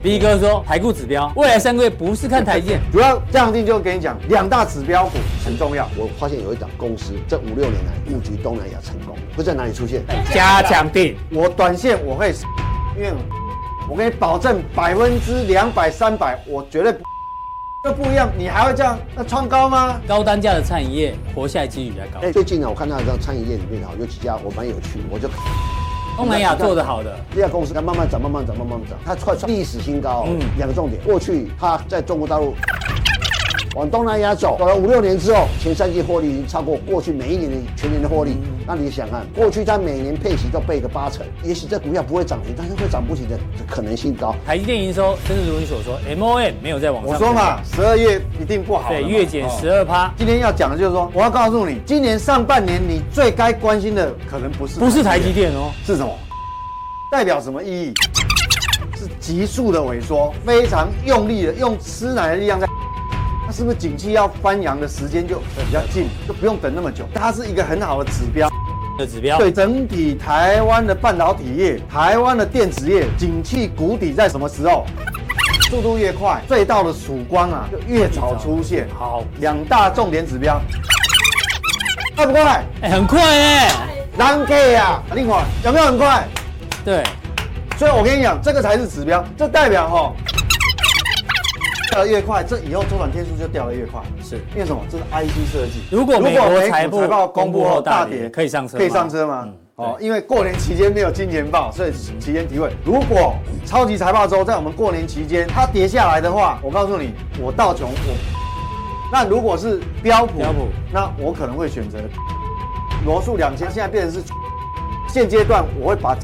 V 哥说，台股指标未来3个月不是看台积电， 主要这样定就跟你讲2大指标股很重要。 我发现有一档公司这5、6年来布局东南亚成功，会在哪里出现？ 加强定。 我短线我会，因为我跟你保证200%、300%，我绝对不。这不一样，你还会这样？那创高吗？ 高单价的餐饮业活下来几率比较高。 最近呢，我看到这餐饮业里面有几家我蛮有趣，我就东南亚做得好的这家公司，它慢慢涨，它快创历史新高。2个重点，过去它在中国大陆往东南亚走了5、6年之后，前3季获利已经超过过去每一年的全年的获利。那你想看，过去它每年配息都配个8成，也许这股票不会涨停，但是会涨不停的可能性高。 台积电营收真的如你所说 ，MOM 没有在往上。 我说嘛，12月一定不好。 对，月减12%。 今天要讲的就是说，我要告诉你，今年上半年你最该关心的可能不是台积电哦， 是什么？代表什么意义？是急速的萎缩，非常用力的用吃奶的力量在。那是不是景气要翻扬的时间就比较近，就不用等那么久？它是一个很好的指标。对整体台湾的半导体业、台湾的电子业，景气谷底在什么时候？速度越快，隧道的曙光啊就越早出现。好，2大重点指标，快不快？ 很快难 K 啊！另外有没有很快？ 对， 所以我跟你讲，这个才是指标，这代表掉得越快，这以后周转天数就掉得越快。 是因为什么？这是 IC 设计。 如果美国财报公布后大跌， 可以上车吗？ 可以上车吗？因为过年期间没有金钱报，所以期间提问。如果超级财报周在我们过年期间它跌下来的话，我告诉你，我道琼那如果是标普，那我可能会选择罗素2000，现在变成是现阶段我会把。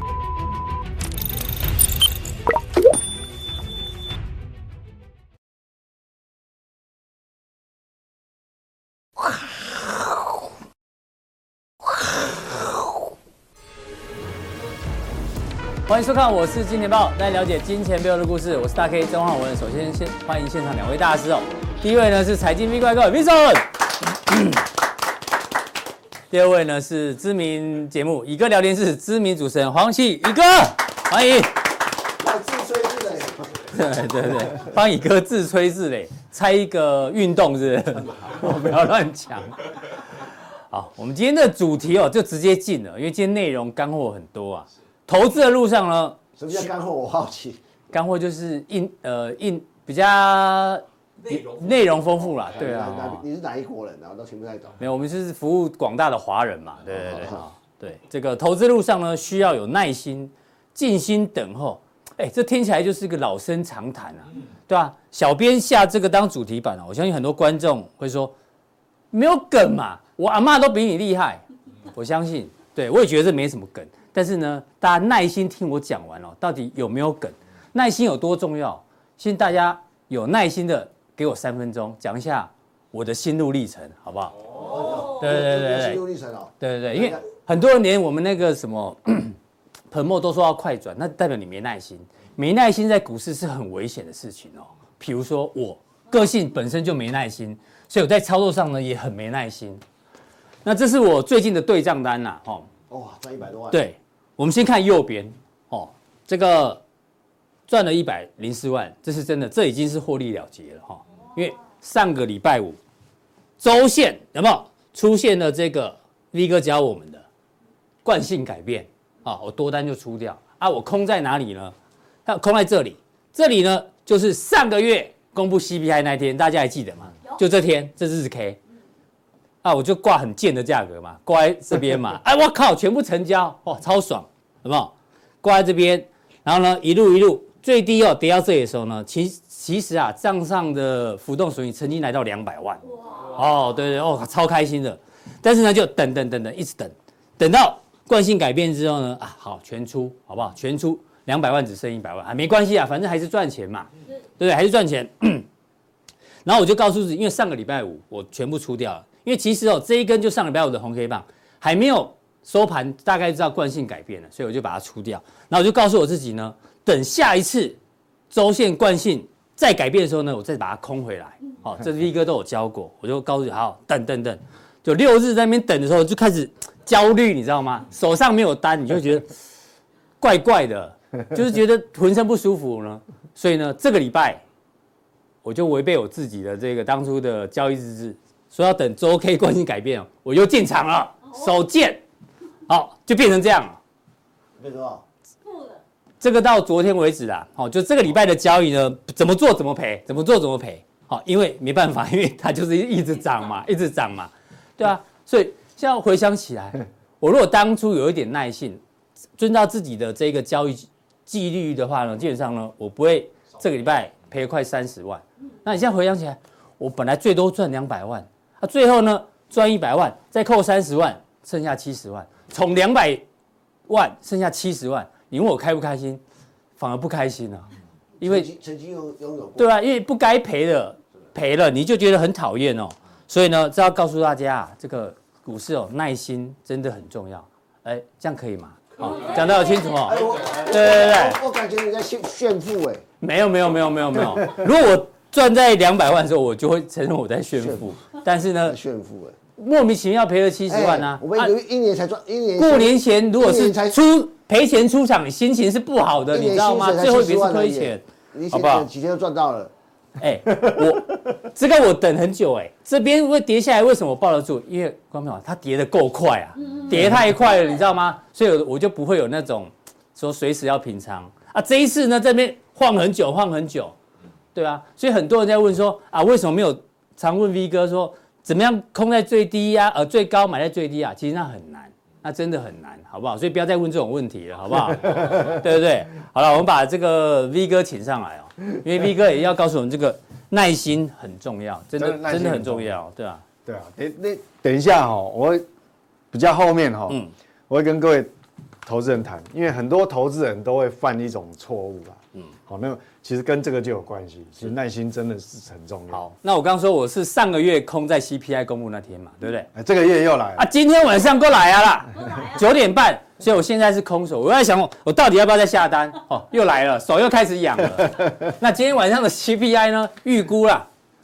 欢迎收看，我是金钱豹，带你了解金钱背后的故事。我是大 K 曾焕文。首先欢迎现场2位大师哦。第一位呢是财经 V 怪客 Vincent， 第二位呢是知名节目乙哥聊天室知名主持人黄启乙哥，欢迎。 自吹自擂， 对，帮乙哥自吹自擂，猜一个运动是不是？我不要乱讲。好，我们今天的主题哦就直接进了，因为今天内容干货很多啊。投资的路上呢， 什么叫干货？我好奇。 干货就是比较内容丰富啦，对啊。 你是哪一国人啊？我都听不太懂。 没有，我们就是服务广大的华人嘛，对。对，这个投资路上呢，需要有耐心、静心等候。这听起来就是个老生常谈啊，对吧？小编下这个当主题版啊，我相信很多观众会说，没有梗嘛，我阿嬷都比你厉害。我相信，对我也觉得这没什么梗。但是呢，大家耐心听我讲完到底有没有梗？耐心有多重要？请大家有耐心的给我3分钟，讲一下我的心路历程，好不好？对， 心路历程哦。 对，因为很多人连我们那个什么盆沫都说要快转，那代表你没耐心。没耐心在股市是很危险的事情哦。比如说我个性本身就没耐心，所以我在操作上呢也很没耐心。那这是我最近的对账单啦， 哇，赚100多万。 对。我们先看右边这个赚了104万，这是真的，这已经是获利了结了因为上个礼拜五周线有没有出现了这个 V 哥教我们的惯性改变我多单就出掉我空在哪里呢？空在这里，这里呢就是上个月公布 CPI 那天，大家还记得吗？就这天，这日 K。我就挂很贱的价格嘛，挂在这边嘛，我靠，全部成交，超爽，有没有？挂在这边，然后呢，一路最低跌到这里的时候呢，其实账上的浮动损益曾经来到200万，对，超开心的。但是呢，就等，一直等到惯性改变之后呢，好，全出，好不好？全出200万只剩100万，没关系反正还是赚钱嘛，对不对？还是赚钱。然后我就告诉自己，因为上个礼拜五我全部出掉了。因为其实这一根就上礼拜五的红 K 棒还没有收盘，大概知道惯性改变了，所以我就把它出掉。然后我就告诉我自己呢，等下一次周线惯性再改变的时候呢，我再把它空回来。这 V 哥都有教过，我就告诉自己好等，就6日在那边等的时候就开始焦虑，你知道吗？手上没有单，你就会觉得怪怪的，就是觉得浑身不舒服呢。 所以呢，这个礼拜我就违背我自己的这个当初的交易日志，说要等周 K 惯性改变，我又进场了，手贱，好，就变成这样了。 变成多这个到昨天为止啦，好，就这个礼拜的交易呢，怎么做怎么赔，怎么做怎么赔，好，因为没办法，因为它就是一直涨嘛，一直涨嘛，对啊，所以现在回想起来，我如果当初有一点耐性，遵照自己的这个交易纪律的话呢，基本上呢，我不会这个礼拜赔快30万。那你现在回想起来，我本来最多赚200万，啊，最后呢赚100万，再扣30万，剩下70万，从200万剩下70万。你问我开不开心，反而不开心了，因为曾经拥有过， 对啊，因为不该赔的赔了，你就觉得很讨厌哦。所以呢，这要告诉大家啊，这个股市哦，耐心真的很重要。哎，这样可以吗？好，讲得很清楚哦。对， 我感觉你在炫富哎。 没有。如果我赚在200万的时候，我就会承认我在炫富。但是呢， 炫富哎， 莫名其妙赔了70万啊！ 我们一年才赚1年。 过年前如果是赔钱出场，心情是不好的，你知道吗？最后一笔是亏钱， 你好不好？ 几天就赚到了。 哎，这个我等很久哎，这边会跌下来，为什么我抱得住？因为观众朋友，它跌得够快啊，跌太快了，你知道吗？所以我就不会有那种说随时要平仓啊。这一次呢，这边晃很久，对啊，所以很多人在问说啊，为什么没有常问 V 哥说怎么样空在最低啊，最高买在最低啊？其实那很难。那真的很难，好不好？所以不要再问这种问题了，好不好？对不对？好了，我们把这个 V 哥请上来哦，因为 V 哥也要告诉我们，这个耐心很重要，真的很重要，对吧？ 对啊，等一下哈，我会比较后面哈，我会跟各位投资人谈，因为很多投资人都会犯一种错误啦，好，那其实跟这个就有关系，其实耐心真的是很重要。 好，那我刚刚说我是上个月空在 CPI 公布那天嘛，对不对？ 这个月又来啊，今天晚上过来啊啦，9点半，所以我现在是空手，我在想我到底要不要再下单？哦，又来了，手又开始痒了。那今天晚上的 CPI 呢？预估啦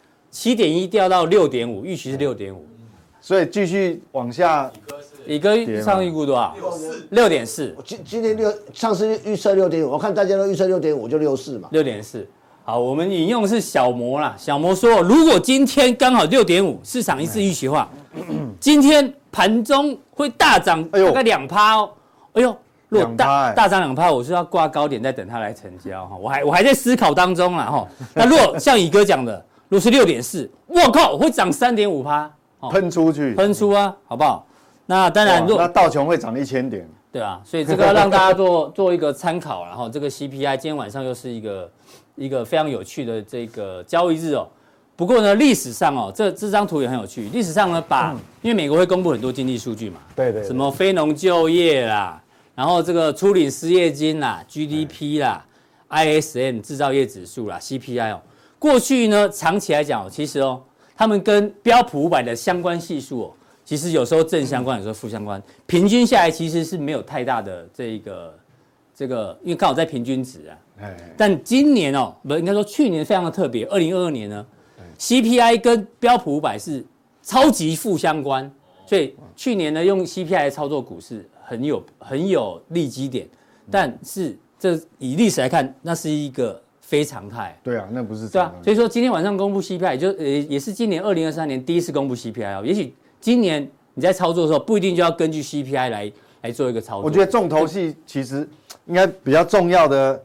，7.1掉到6.5，预期是6.5， 所以继续往下。 乙哥上预估多少？6.4。 今天上次预测6.5，我看大家都预测6.5，就64嘛。 6.4。好，我们引用的是小摩啦。小摩说，如果今天刚好6.5，市场一致预期化，今天盘中会大涨大概2%哦。哎呦，如果大涨2%，我是要挂高点再等它来成交哈。我还在思考当中啦哈。那如果像乙哥讲的，如果是6.4，我靠，会涨3.5%， 喷出去， 喷出啊，好不好？那当然， 那道琼会涨1000点， 对啊，所以这个要让大家做一个参考，然后这个 CPI 今天晚上又是一个非常有趣的这个交易日哦。不过呢，历史上哦，这张图也很有趣。历史上呢，因为美国会公布很多经济数据嘛， 对， 什么非农就业啦，然后这个初领失业金啦、GDP 啦、ISM 制造业指数啦、CPI 哦，过去呢长期来讲，其实哦，他们跟标普500的相关系数哦。其实有时候正相关，有时候负相关，平均下来其实是没有太大的这个，因为刚好在平均值啊。但今年哦，不应该说去年非常的特别，2022年呢 ，CPI 跟标普500是超级负相关，所以去年呢用 CPI 来操作股市很有利基点，但是这以历史来看，那是一个非常态。 对啊，那不是对啊，所以说今天晚上公布 CPI， 也是今年2023年第一次公布 CPI 哦，也许。今年你在操作的时候，不一定就要根据 CPI 来做一个操作。 我觉得重头戏其实应该比较重要的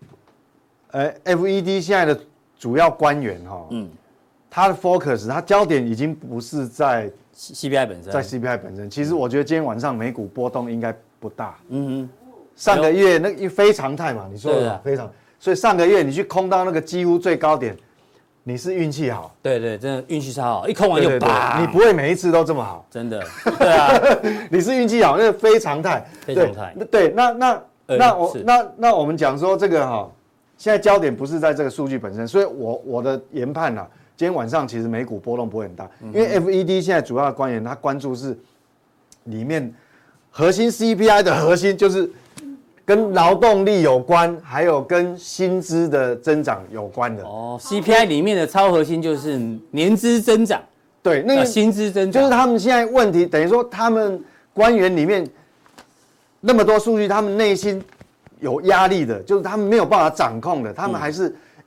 ，FED 现在的主要官员哈，他的 focus， 他焦点已经不是在 CPI 本身， 在 CPI 本身。其实我觉得今天晚上美股波动应该不大。上个月那非常态嘛，你说的非常，所以上个月你去空到那个几乎最高点。你是运气好， 对，真的运气超好，一空完就啪， 你不会每一次都这么好， 真的，对啊， 你是运气好，那是非常态，对，那我们讲说这个哈，现在焦点不是在这个数据本身，所以我的研判啊，今天晚上其实美股波动不会很大，因为 FED 现在主要的官员他关注是里面核心 CPI 的核心就是跟劳动力有关，还有跟薪资的增长有关的。 CPI 里面的超核心就是年资增长， 对，那个薪资增长， 就是他们现在问题，等于说他们官员里面那么多数据，他们内心有压力的，就是他们没有办法掌控的，他们还是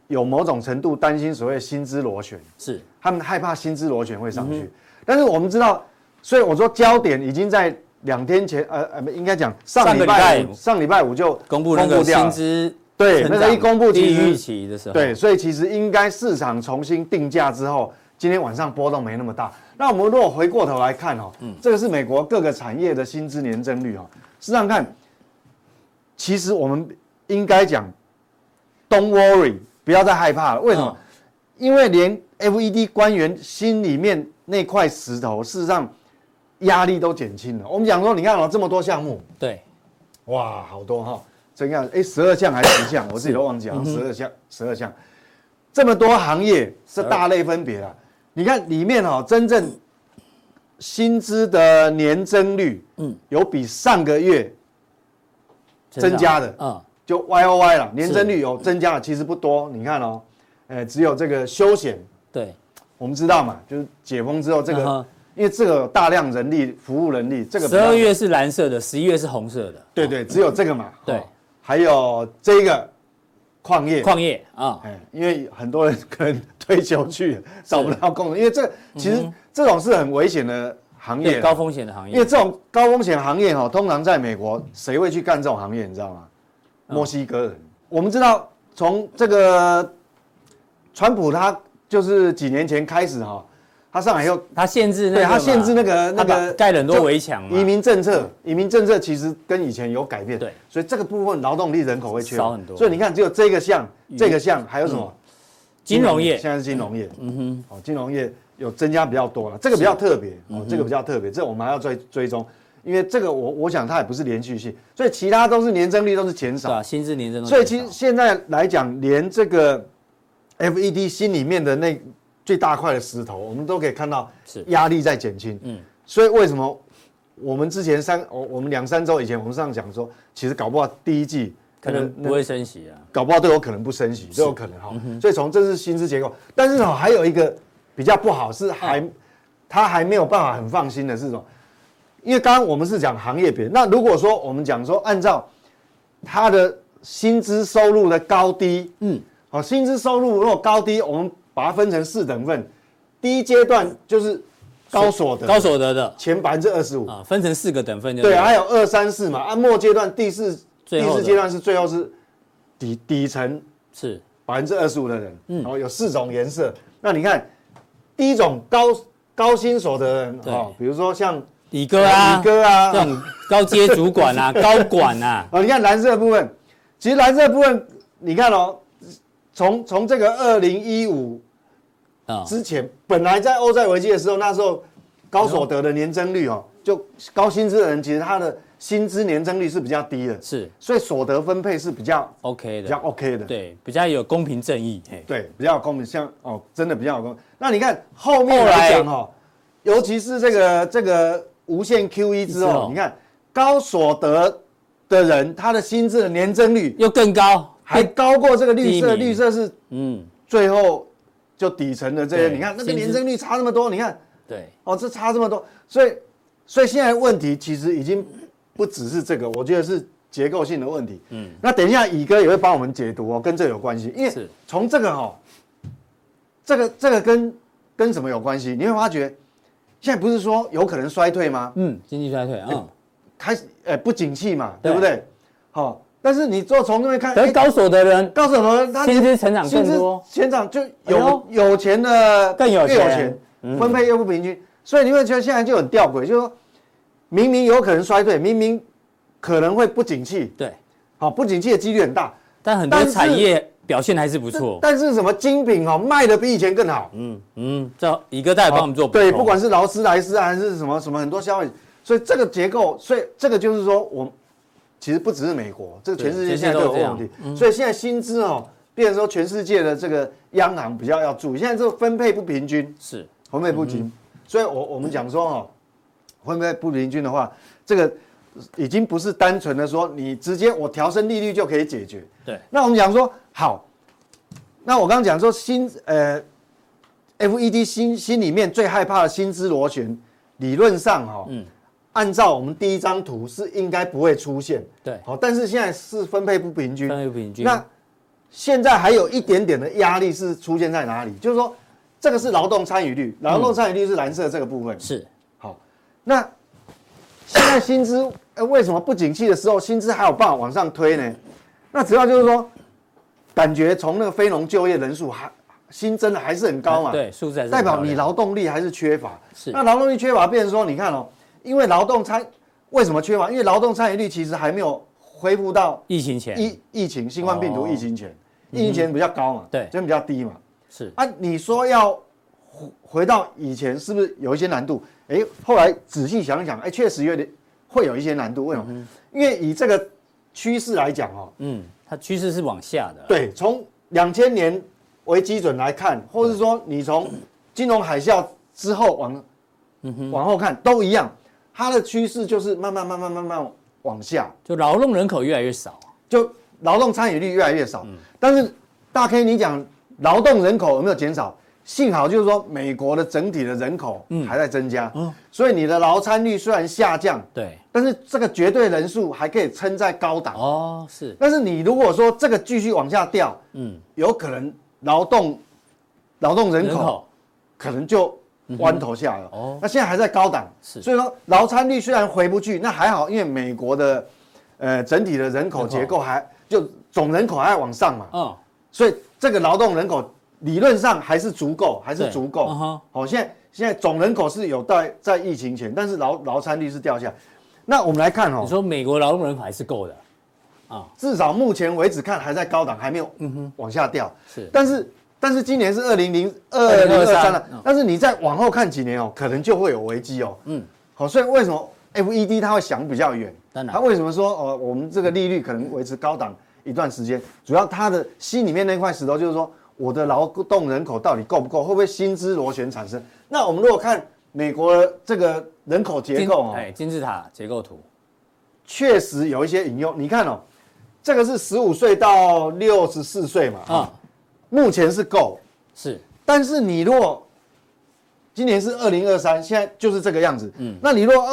有某种程度担心所谓薪资螺旋， 是他们害怕薪资螺旋会上去。但是我们知道，所以我说焦点已经在2天前，应该讲上礼拜五就公布那个薪资， 对，那个一公布低于预期的时候， 对，所以其实应该市场重新定价之后，今天晚上波动没那么大。那我们如果回过头来看这个是美国各个产业的薪资年增率事实上看，其实我们应该讲 ，Don't worry， 不要再害怕了。为什么？因为连 FED 官员心里面那块石头，事实上压力都减轻了。我们讲说，你看这么多项目， 对， 哇，好多这样12项还是10项，我自己都忘记了，12项，这么多行业是大类分别了。你看里面真正薪资的年增率，有比上个月增加的，就 YOY 了，年增率有增加的，其实不多。你看只有这个休闲， 对， 我们知道嘛，就是解封之后这个，因为这个有大量人力服务人力，这个 12月是蓝色的，11月是红色的， 对，只有这个嘛， 对， 还有这个矿业因为很多人可能退休去找不到工作，因为这其实这种是很危险的行业， 高风险的行业。 因为这种高风险行业通常在美国谁会去干这种行业？你知道吗？墨西哥人。我们知道从这个川普他就是几年前开始他上来他限制他限制那个盖了很多围墙嘛。 移民政策其实跟以前有改变，对，所以这个部分劳动力人口会缺少很多。 所以你看，只有这个项还有什么？ 金融业现在是金融业，金融业有增加比较多了，这个比较特别，这个比较特别，这我们还要追踪，因为这个我想它也不是连续性，所以其他都是年增率都是减少， 薪资年增率。 所以其实现在来讲，连这个 FED 心里面的那最大块的石头，我们都可以看到压力在减轻。所以为什么我们之前我们2-3周以前我们上讲说，其实搞不好第一季可能不会升息啊， 搞不好都有可能不升息，都有可能所以从这是薪资结构，但是还有一个比较不好是他还没有办法很放心的是什么？因为刚刚我们是讲行业别，那如果说我们讲说按照他的薪资收入的高低，薪资收入如果高低，我们把它分成4等份，第一阶段就是高所得的前25% 分成4个等份， 对，还有2、3、4嘛，末阶段第四阶段是最后是底层是25%的人，有4种颜色。那你看，第一种高薪所得的人，比如说像李哥啊这种高阶主管啊、高管啊， 你看蓝色的部分，其实蓝色的部分，你看从这个2015之前，本来在欧债危机的时候，那时候高所得的年增率就高薪资的人，其实他的薪资年增率是比较低的，是，所以所得分配是比较 OK 的， 对，比较有公平正义， 对，比较有公平，像真的比较有公平。那你看后面来讲尤其是这个无限 QE 之后，你看高所得的人，他的薪资的年增率又更高， 还高过这个绿色是最后就底层的这些，你看那个年增率差那么多，你看对这差这么多，所以现在问题其实已经不只是这个，我觉得是结构性的问题。那等一下乙哥也会帮我们解读跟这有关系，因为从这个这个跟什么有关系？你会发觉现在不是说有可能衰退吗？ 经济衰退开始不景气嘛，对不对？但是你从这边看， 高所得人他薪资成长更多， 成长就有钱的更有钱，分配又不平均，所以你会觉得现在就很吊诡，就是说明明有可能衰退，明明可能会不景气，对，不景气的几率很大， 但很多产业表现还是不错。 但是什么精品卖的比以前更好， 这乙哥代帮我们做对，不管是劳斯莱斯还是什么很多消费，所以这个结构，所以这个就是说其实不只是美国，这个全世界现在都有问题，所以现在薪资变成说全世界的这个央行比较要注意，现在这个分配不平均，是分配不平均，所以我们讲说分配不平均的话，这个已经不是单纯的说你直接我调升利率就可以解决，对。那我们讲说好，那我刚刚讲说FED 心里面最害怕的薪资螺旋，理论上按照我们第一张图是应该不会出现，对，但是现在是分配不平均， 现在还有一点点的压力是出现在哪里？就是说，这个是劳动参与率，劳动参与率是蓝色这个部分。 是。 好，那现在薪资，为什么不景气的时候薪资还有办法往上推呢？那主要就是说，感觉从那个非农就业人数新增的还是很高嘛， 对，数字还是代表你劳动力还是缺乏。 是。 那劳动力缺乏，变成说，你看哦，因为为什么缺乏？因为劳动参与率其实还没有恢复到疫情前， 疫情新冠病毒疫情前，疫情前比较高嘛， 对， 这边比较低嘛。 是啊，你说要回到以前，是不是有一些难度？后来仔细想想，确实会有一些难度。为什么？因为以这个趋势来讲哦， 它趋势是往下的。 对，从2000年为基准来看，或是说你从金融海啸之后往后看，都一样，它的趋势就是慢慢往下， 就劳动人口越来越少， 就劳动参与率越来越少。但是大 K 你讲劳动人口有没有减少？幸好就是说美国的整体的人口还在增加，所以你的劳参率虽然下降， 对， 但是这个绝对人数还可以撑在高档。 哦，是。 但是你如果说这个继续往下掉，有可能劳动人口可能就弯头下了。哦，那现在还在高档，所以说劳参率虽然回不去，那还好，因为美国的整体的人口结构就总人口还要往上嘛，所以这个劳动人口理论上还是足够，好，现在总人口是有在疫情前，但是劳参率是掉下来。那我们来看你说美国劳动人口还是够的， 至少目前为止看还在高档，还没有往下掉。 是， 但是今年是2023了，但是你再往后看几年哦，可能就会有危机哦。好，所以为什么 FED 它会想比较远？它为什么说我们这个利率可能维持高档一段时间？主要它的心里面那块石头就是说，我的劳动人口到底够不够？会不会薪资螺旋产生？那我们如果看美国这个人口结构金字塔结构图， 确实有一些隐忧。你看哦，这个是15岁到64岁嘛，目前是够， 是。 但是你如果今年是2023，现在就是这个样子，那你如果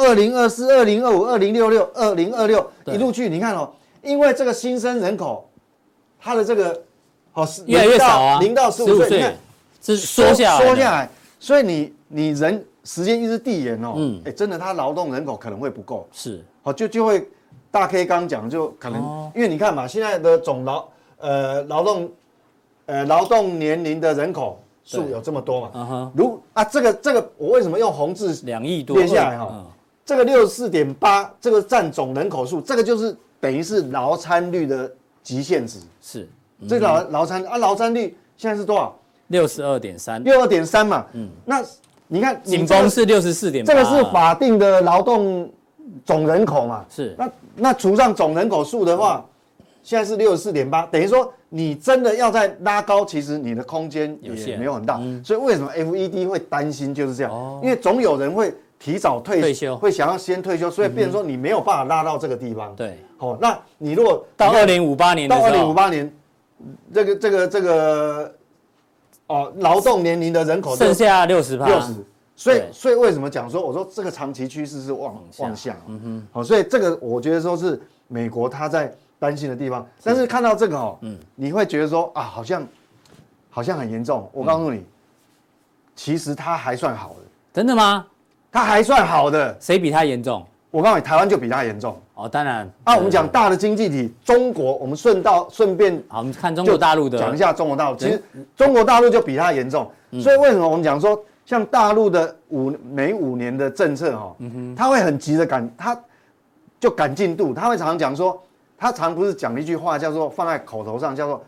2024、2025、2026一路去，你看哦，因为这个新生人口，它的这个越来越少啊 ，0到15岁，你看是缩下来，所以你人时间一直递延哦，真的，它劳动人口可能会不够， 是， 就会大 K 刚讲就可能，因为你看嘛，现在的总劳动年龄的人口数有这么多嘛，这个我为什么用红字 2亿多列下来哈？这个64.8，这个占总人口数，这个就是等于是劳参率的极限值， 是。 这个劳参率现在是多少？62.3嘛。那你看紧绷是64.8， 这个是法定的劳动总人口嘛。 是。 那除上总人口数的话，现在是64.8，等于说你真的要再拉高，其实你的空间也没有很大。所以为什么 FED 会担心就是这样？因为总有人会提早退休，会想要先退休，所以变成说你没有办法拉到这个地方。 对。 那你如果到2058年的时候， 到2058年。这个劳动年龄的人口剩下60%， 所以为什么讲说我说这个长期趋势是往下，好，所以这个我觉得说是美国他在担心的地方，但是看到这个你会觉得说好像很严重。我告诉你，其实它还算好的。 真的吗？ 它还算好的， 谁比它严重？ 我告诉你，台湾就比它严重。 当然。 我们讲大的经济体，中国，我们顺便好，我们看中国大陆的， 讲一下中国大陆。其实中国大陆就比它严重，所以为什么我们讲说，像大陆的每5年的政策他会很急的他就赶进度，他会常常讲说，他常不是讲一句话叫做放在口头上叫做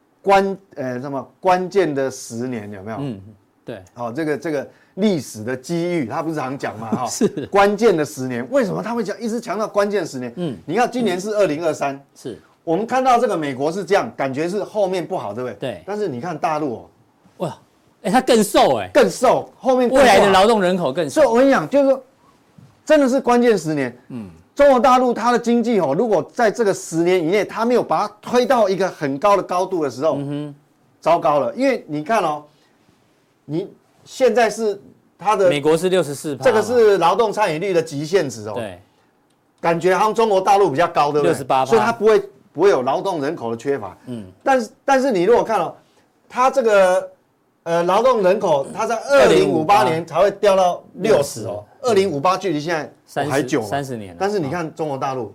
关键的10年，有没有？ 对。 这个历史的机遇，他不是常讲嘛？ 是关键的10年，为什么他会一直强调关键10年？你看今年是2023， 是我们看到这个美国是这样，感觉是后面不好，对不对？ 对。 但是你看大陆哇，它更瘦更瘦，后面未来的劳动人口更瘦。 所以我跟你讲，就是说，真的是关键10年。中国大陆它的经济如果在这个10年以内，它没有把它推到一个很高的高度的时候，糟糕了，因为你看你现在是它的美国是64%， 这个是劳动参与率的极限值对，感觉好像中国大陆比较高，对不对？ 68%， 所以它不会不会有劳动人口的缺乏。但是你如果看哦，它这个劳动人口，它在2058年才会掉到60哦，2058距离现在还久 30年了。 但是你看中国大陆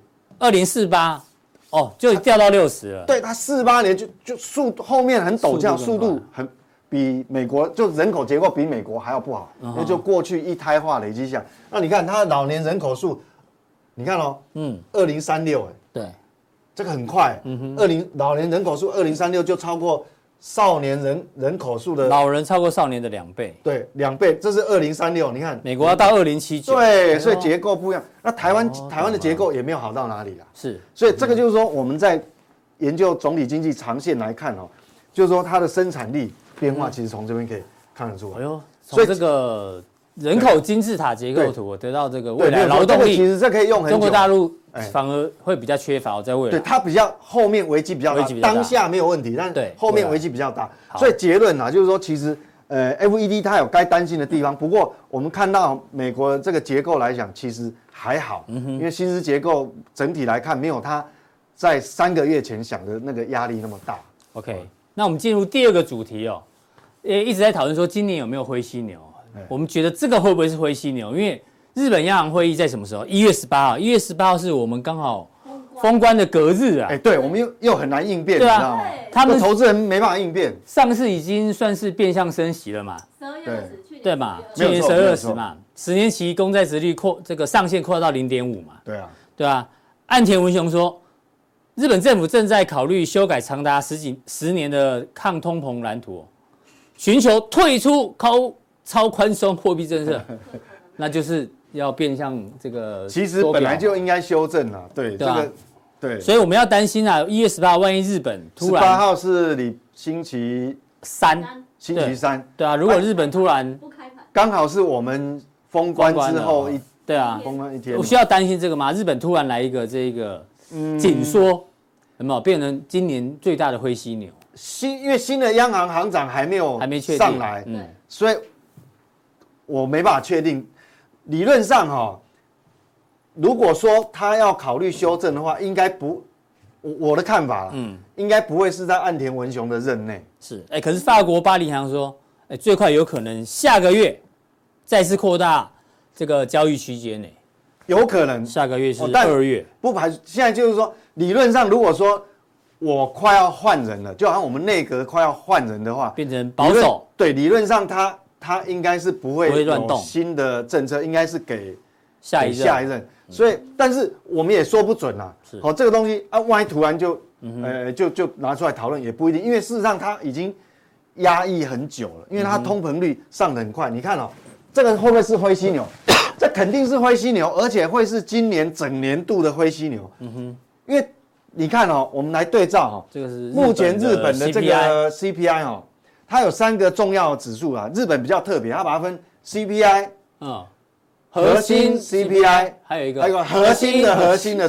2048哦，就掉到60了。 对，它48年就后面很陡峭，速度很比美国就人口结构比美国还要不好，因为就过去一胎化累积下。那你看它的老年人口数，你看哦，2036 对， 这个很快，老年人口数2036就超过少年人口数的老人超过少年的2倍， 对，2倍，这是2036，你看美国要到2079， 对，所以结构不一样。那台湾的结构也没有好到哪里啦， 是， 所以这个就是说我们在研究总体经济长线来看哦，就是说它的生产力变化，其实从这边可以看得出来。 哎呦，从这个人口金字塔结构图，我得到这个未来劳动力， 其实这可以用很久。 中国大陆反而会比较缺乏，在未来。 对，它比较后面危机比较大，当下没有问题，但后面危机比较大。所以结论啊，就是说其实FED 它有该担心的地方，不过我们看到美国这个结构来讲，其实还好，因为薪资结构整体来看没有它在3个月前想的那个压力那么大。 OK， 那我们进入第二个主题哦，一直在讨论说今年有没有灰犀牛，我们觉得这个会不会是灰犀牛？因为日本央行会议在什么时候？1月18号，1月18号是我们刚好封关的隔日啊。 对，我们又很难应变，你知道吗？ 他们投资人没办法应变。 上次已经算是变相升息了嘛 ，12月20， 对嘛？去年12月20嘛，10年期公债殖利率这个上限扩到0.5嘛。对啊。岸田文雄说，日本政府正在考虑修改长达10年的抗通膨蓝图，寻求退出超宽松货币政策，那就是要变相这个。 其实本来就应该修正了，对这个，对。 所以我们要担心啊，1月18号万一日本突然 18号是星期三，对啊，如果日本突然不开盘， 刚好是我们封关之后对啊， 封关1天， 我需要担心这个吗？日本突然来一个这个紧缩，有没有变成今年最大的灰犀牛？ 因为新的央行行长还没确定上来，所以我没办法确定。理论上如果说他要考虑修正的话，应该不，我的看法，应该不会是在岸田文雄的任内。 是，可是法国巴黎银行说，最快有可能下个月再次扩大这个交易区间呢， 有可能下个月是2月， 不排除。现在就是说，理论上如果说我快要换人了，就好像我们内阁快要换人的话， 变成保守， 对，理论上他应该是不会乱动， 新的政策应该是给下一任， 所以但是我们也说不准啦。这个东西啊，万一突然就拿出来讨论也不一定，因为事实上它已经压抑很久了，因为它通膨率上得很快。你看这个会不会是灰犀牛？这肯定是灰犀牛，而且会是今年整年度的灰犀牛。因为你看我们来对照这个是目前日本的这个 CPI 它有3个重要的指数啊，日本比较特别，它把它分 CPI，核心 CPI， 还有一个核心的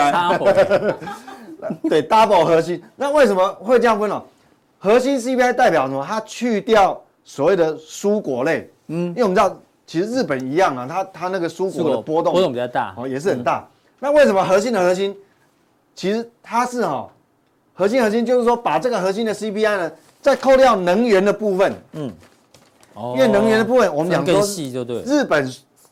CPI， 对 ，double 核心。那为什么会这样分核心 CPI 代表什么？它去掉所谓的蔬果类，因为我们知道，其实日本一样啊，它那个蔬果的波动比较大， 也是很大。那为什么核心的核心？其实它是核心就是说把这个核心的 CPI 呢，再扣掉能源的部分，因为能源的部分我们讲说，日本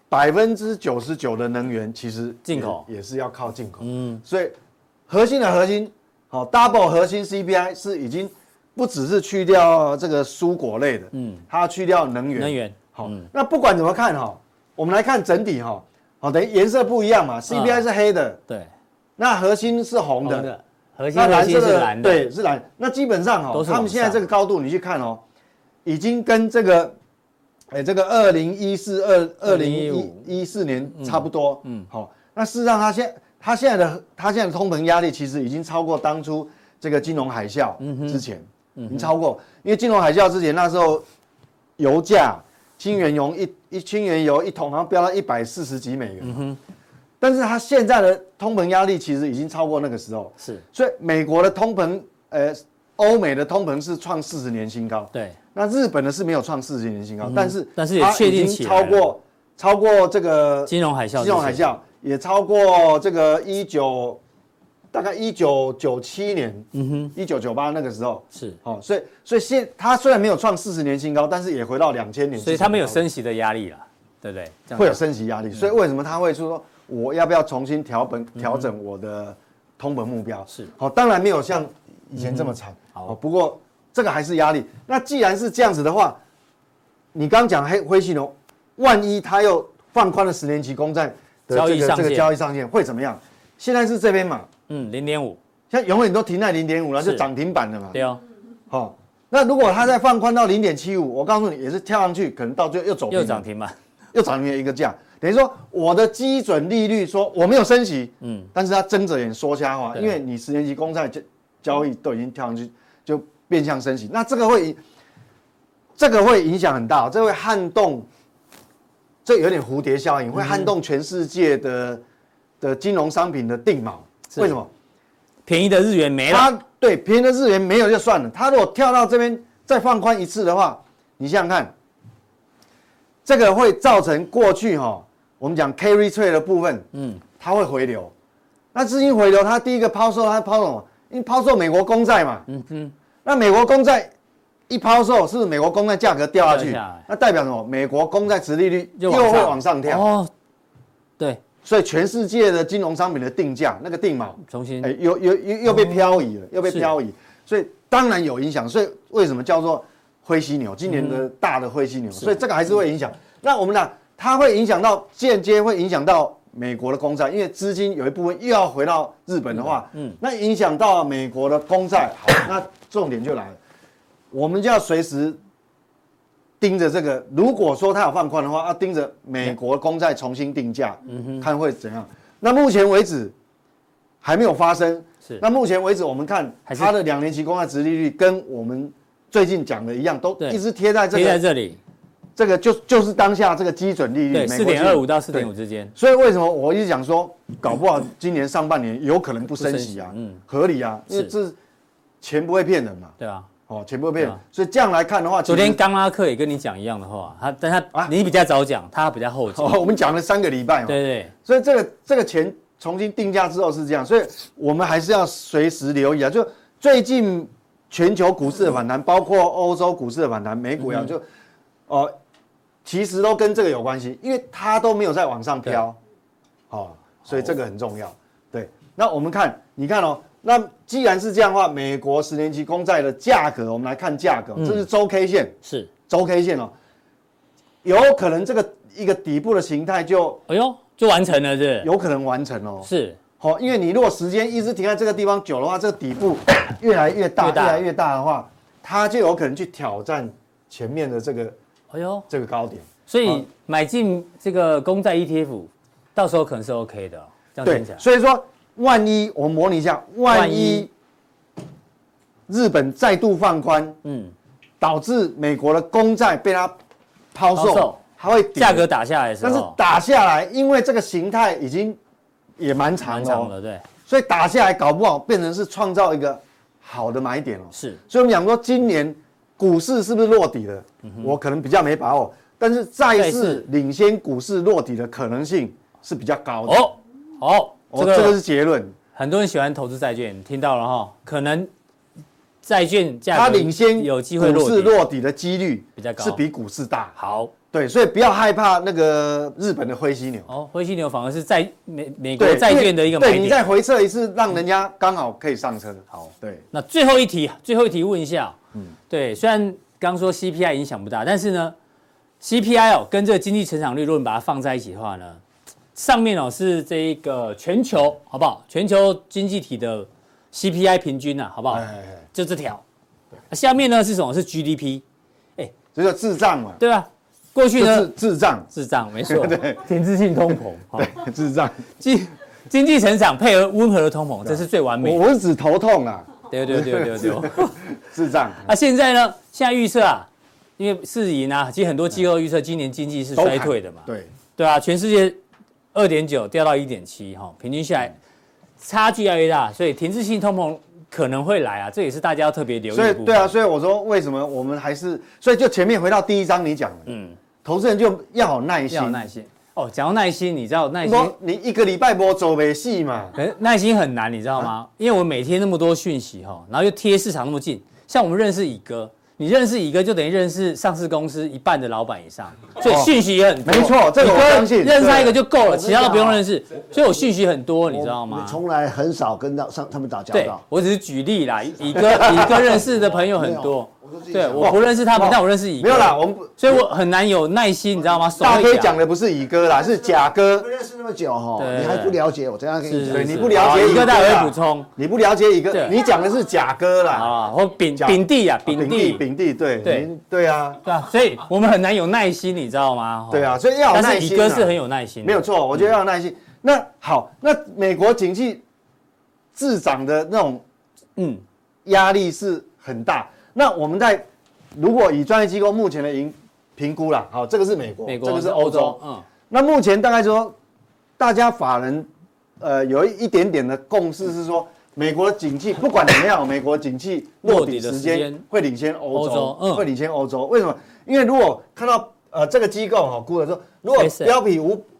99%的能源其实进口也是要靠进口，所以核心的核心，double 核心 CPI 是已经不只是去掉这个蔬果类的，它要去掉能源，那不管怎么看我们来看整体等于颜色不一样嘛 ，CPI 是黑的， 对， 那核心是红的。 那蓝色是蓝的， 对，是蓝。那基本上他们现在这个高度，你去看已经跟这个2014、2014年差不多。那事实上他现在的通膨压力其实已经超过当初这个金融海啸之前，已经超过。因为金融海啸之前那时候油价轻原油一桶好像飙到140几美元。但是它现在的通膨压力其实已经超过那个时候，所以美国的通膨，欧美的通膨是创40年新高， 对， 那日本的是没有创40年新高，但是也确定起来了， 超过这个金融海啸， 也超过这个19 大概1997年，1998那个时候是， 所以它虽然没有创40年新高，但是也回到2000年， 所以它没有升息的压力了，对不对？ 会有升息压力，所以为什么它会说我要不要重新调整我的通膨目标？ 是， 当然没有像以前这么惨，不过这个还是压力。那既然是这样子的话，你刚讲灰犀牛，万一它又放宽了10年期公债的这个交易上限会怎么样？现在是这边嘛 ，0.5， 现在永远都停在0.5了，就涨停板了嘛。 对哦。 那如果它再放宽到0.75，我告诉你也是跳上去，可能到最后又涨停板， 又涨停的一个价。等于说我的基准利率说我没有升息，但是它睁着眼说瞎话，因为你10年期公债交易都已经跳上去，就变相升息，那这个会影响很大，这会撼动，这有点蝴蝶效应，会撼动全世界的金融商品的定锚。为什么？ 便宜的日元没了。 对，便宜的日元没有就算了，它如果跳到这边再放宽一次的话，你想想看，这个会造成过去我们讲 carry trade 的部分，它会回流。那资金回流，它第一个抛售，它抛什么？因为抛售美国公债嘛，那美国公债一抛售，是不是美国公债价格掉下去？那代表什么？美国公债殖利率又会往上跳。 哦，对， 所以全世界的金融商品的定价那个定锚重新又被漂移了，又被漂移，所以当然有影响。所以为什么叫做灰犀牛？今年的大的灰犀牛，所以这个还是会影响。那我们呢？它会影响到间接会影响到美国的公债，因为资金有一部分又要回到日本的话，那影响到美国的公债。好，那重点就来了，我们就要随时盯着这个。如果说它有放宽的话，要盯着美国公债重新定价，看会怎样。那目前为止还没有发生。是。那目前为止，我们看它的2年期公债殖利率跟我们最近讲的一样，都一直贴在这里。 这个就是当下这个基准利率， 对，4.25到4.5之间。 所以为什么我一直讲说，搞不好今年上半年有可能不升息啊？合理啊，因为这钱不会骗人嘛。对啊，钱不会骗人，所以这样来看的话， 昨天刚拉克也跟你讲一样的话，但你比较早讲，他比较后讲。 我们讲了3个礼拜嘛。 对对。 所以这个钱重新定价之后是这样，所以我们还是要随时留意啊。就最近全球股市的反弹，包括欧洲股市的反弹，美股呀，其实都跟这个有关系，因为它都没有在往上飘，所以这个很重要。对，那我们看，你看那既然是这样的话，美国10年期公债的价格，我们来看价格，这是周 K 线， 是周 K 线有可能这个一个底部的形态就完成了，是有可能完成是， 因为你如果时间一直停在这个地方久的话，这个底部越来越大，越来越大的话，它就有可能去挑战前面的这个高点， 所以买进这个公债 ETF， 到时候可能是 OK 的，这样听起来。 所以说，万一我模拟一下，万一日本再度放宽，导致美国的公债被它抛售，它会价格打下来的时候， 但是打下来，因为这个形态已经也蛮长了， 对， 所以打下来搞不好变成是创造一个好的买点是， 所以我们讲说今年股市是不是落底了？我可能比较没把握，但是债市领先股市落底的可能性是比较高的。这个是结论。 很多人喜欢投资债券，听到了可能债券价格它领先有机会股市落底的几率比较高， 是比股市大。 好， 对，所以不要害怕那个日本的灰犀牛。 灰犀牛反而是在美国债券的一个买点。 对，你再回撤一次，让人家刚好可以上车。 好， 对。 那最后一题问一下，对，虽然刚说 CPI 影响不大，但是呢 ，CPI 跟这个经济成长率，如果你把它放在一起的话呢，上面是这一个全球好不好？全球经济体的 CPI 平均好不好？就这条。下面呢是什么？是 GDP。 这个滞胀嘛。 对吧？过去呢滞胀， 没错。对，停滞性通膨。 对，滞胀。 经济成长配合温和的通膨，这是最完美的。 我是指头痛啊。 对。 滞胀。 现在呢？现在预测因为世银其实很多机构预测今年经济是衰退的嘛。对啊，全世界2.9掉到1.7平均下来差距越来越大，所以停滞性通膨可能会来这也是大家要特别留意的部分。 对啊，所以我说为什么我们还是，所以就前面回到第一章你讲的，投资人就要有耐心， 哦，讲到耐心，你知道耐心， 你一个礼拜没走没戏嘛？ 耐心很难，你知道吗？因为我每天那么多讯息哈，然后又贴市场那么近，像我们认识乙哥。你认识乙哥就等于认识上市公司一半的老板以上，所以讯息也很多。 没错，这个我相信。 认识他一个就够了，其他都不用认识。所以我讯息很多，你知道吗？ 你从来很少跟他们打交道。 对，我只是举例啦。乙哥认识的朋友很多。对，我不认识他们，但我认识乙哥。 没有啦，我们所以我很难有耐心，你知道吗？ 大K讲的不是乙哥啦，是甲哥。 不认识那么久哈，你还不了解我，这样跟你讲。 对，你不了解乙哥， 大家会补充。 你不了解乙哥，你讲的是甲哥啦。 啊，或丙弟啊，丙弟， 对对啊， 对啊，所以我们很难有耐心，你知道吗？ 对啊，所以要有耐心。 但是乙哥是很有耐心， 没有错，我觉得要有耐心。那好，那美国经济滞涨的那种压力是很大。那我们如果以专业机构目前的评估啦，好，这个是美国，这个是欧洲，那目前大概说，大家法人有一点点的共识是说，美国的景气不管怎么样，美国景气落底时间会领先欧洲，会领先欧洲。为什么？因为如果看到这个机构估的说，如果标普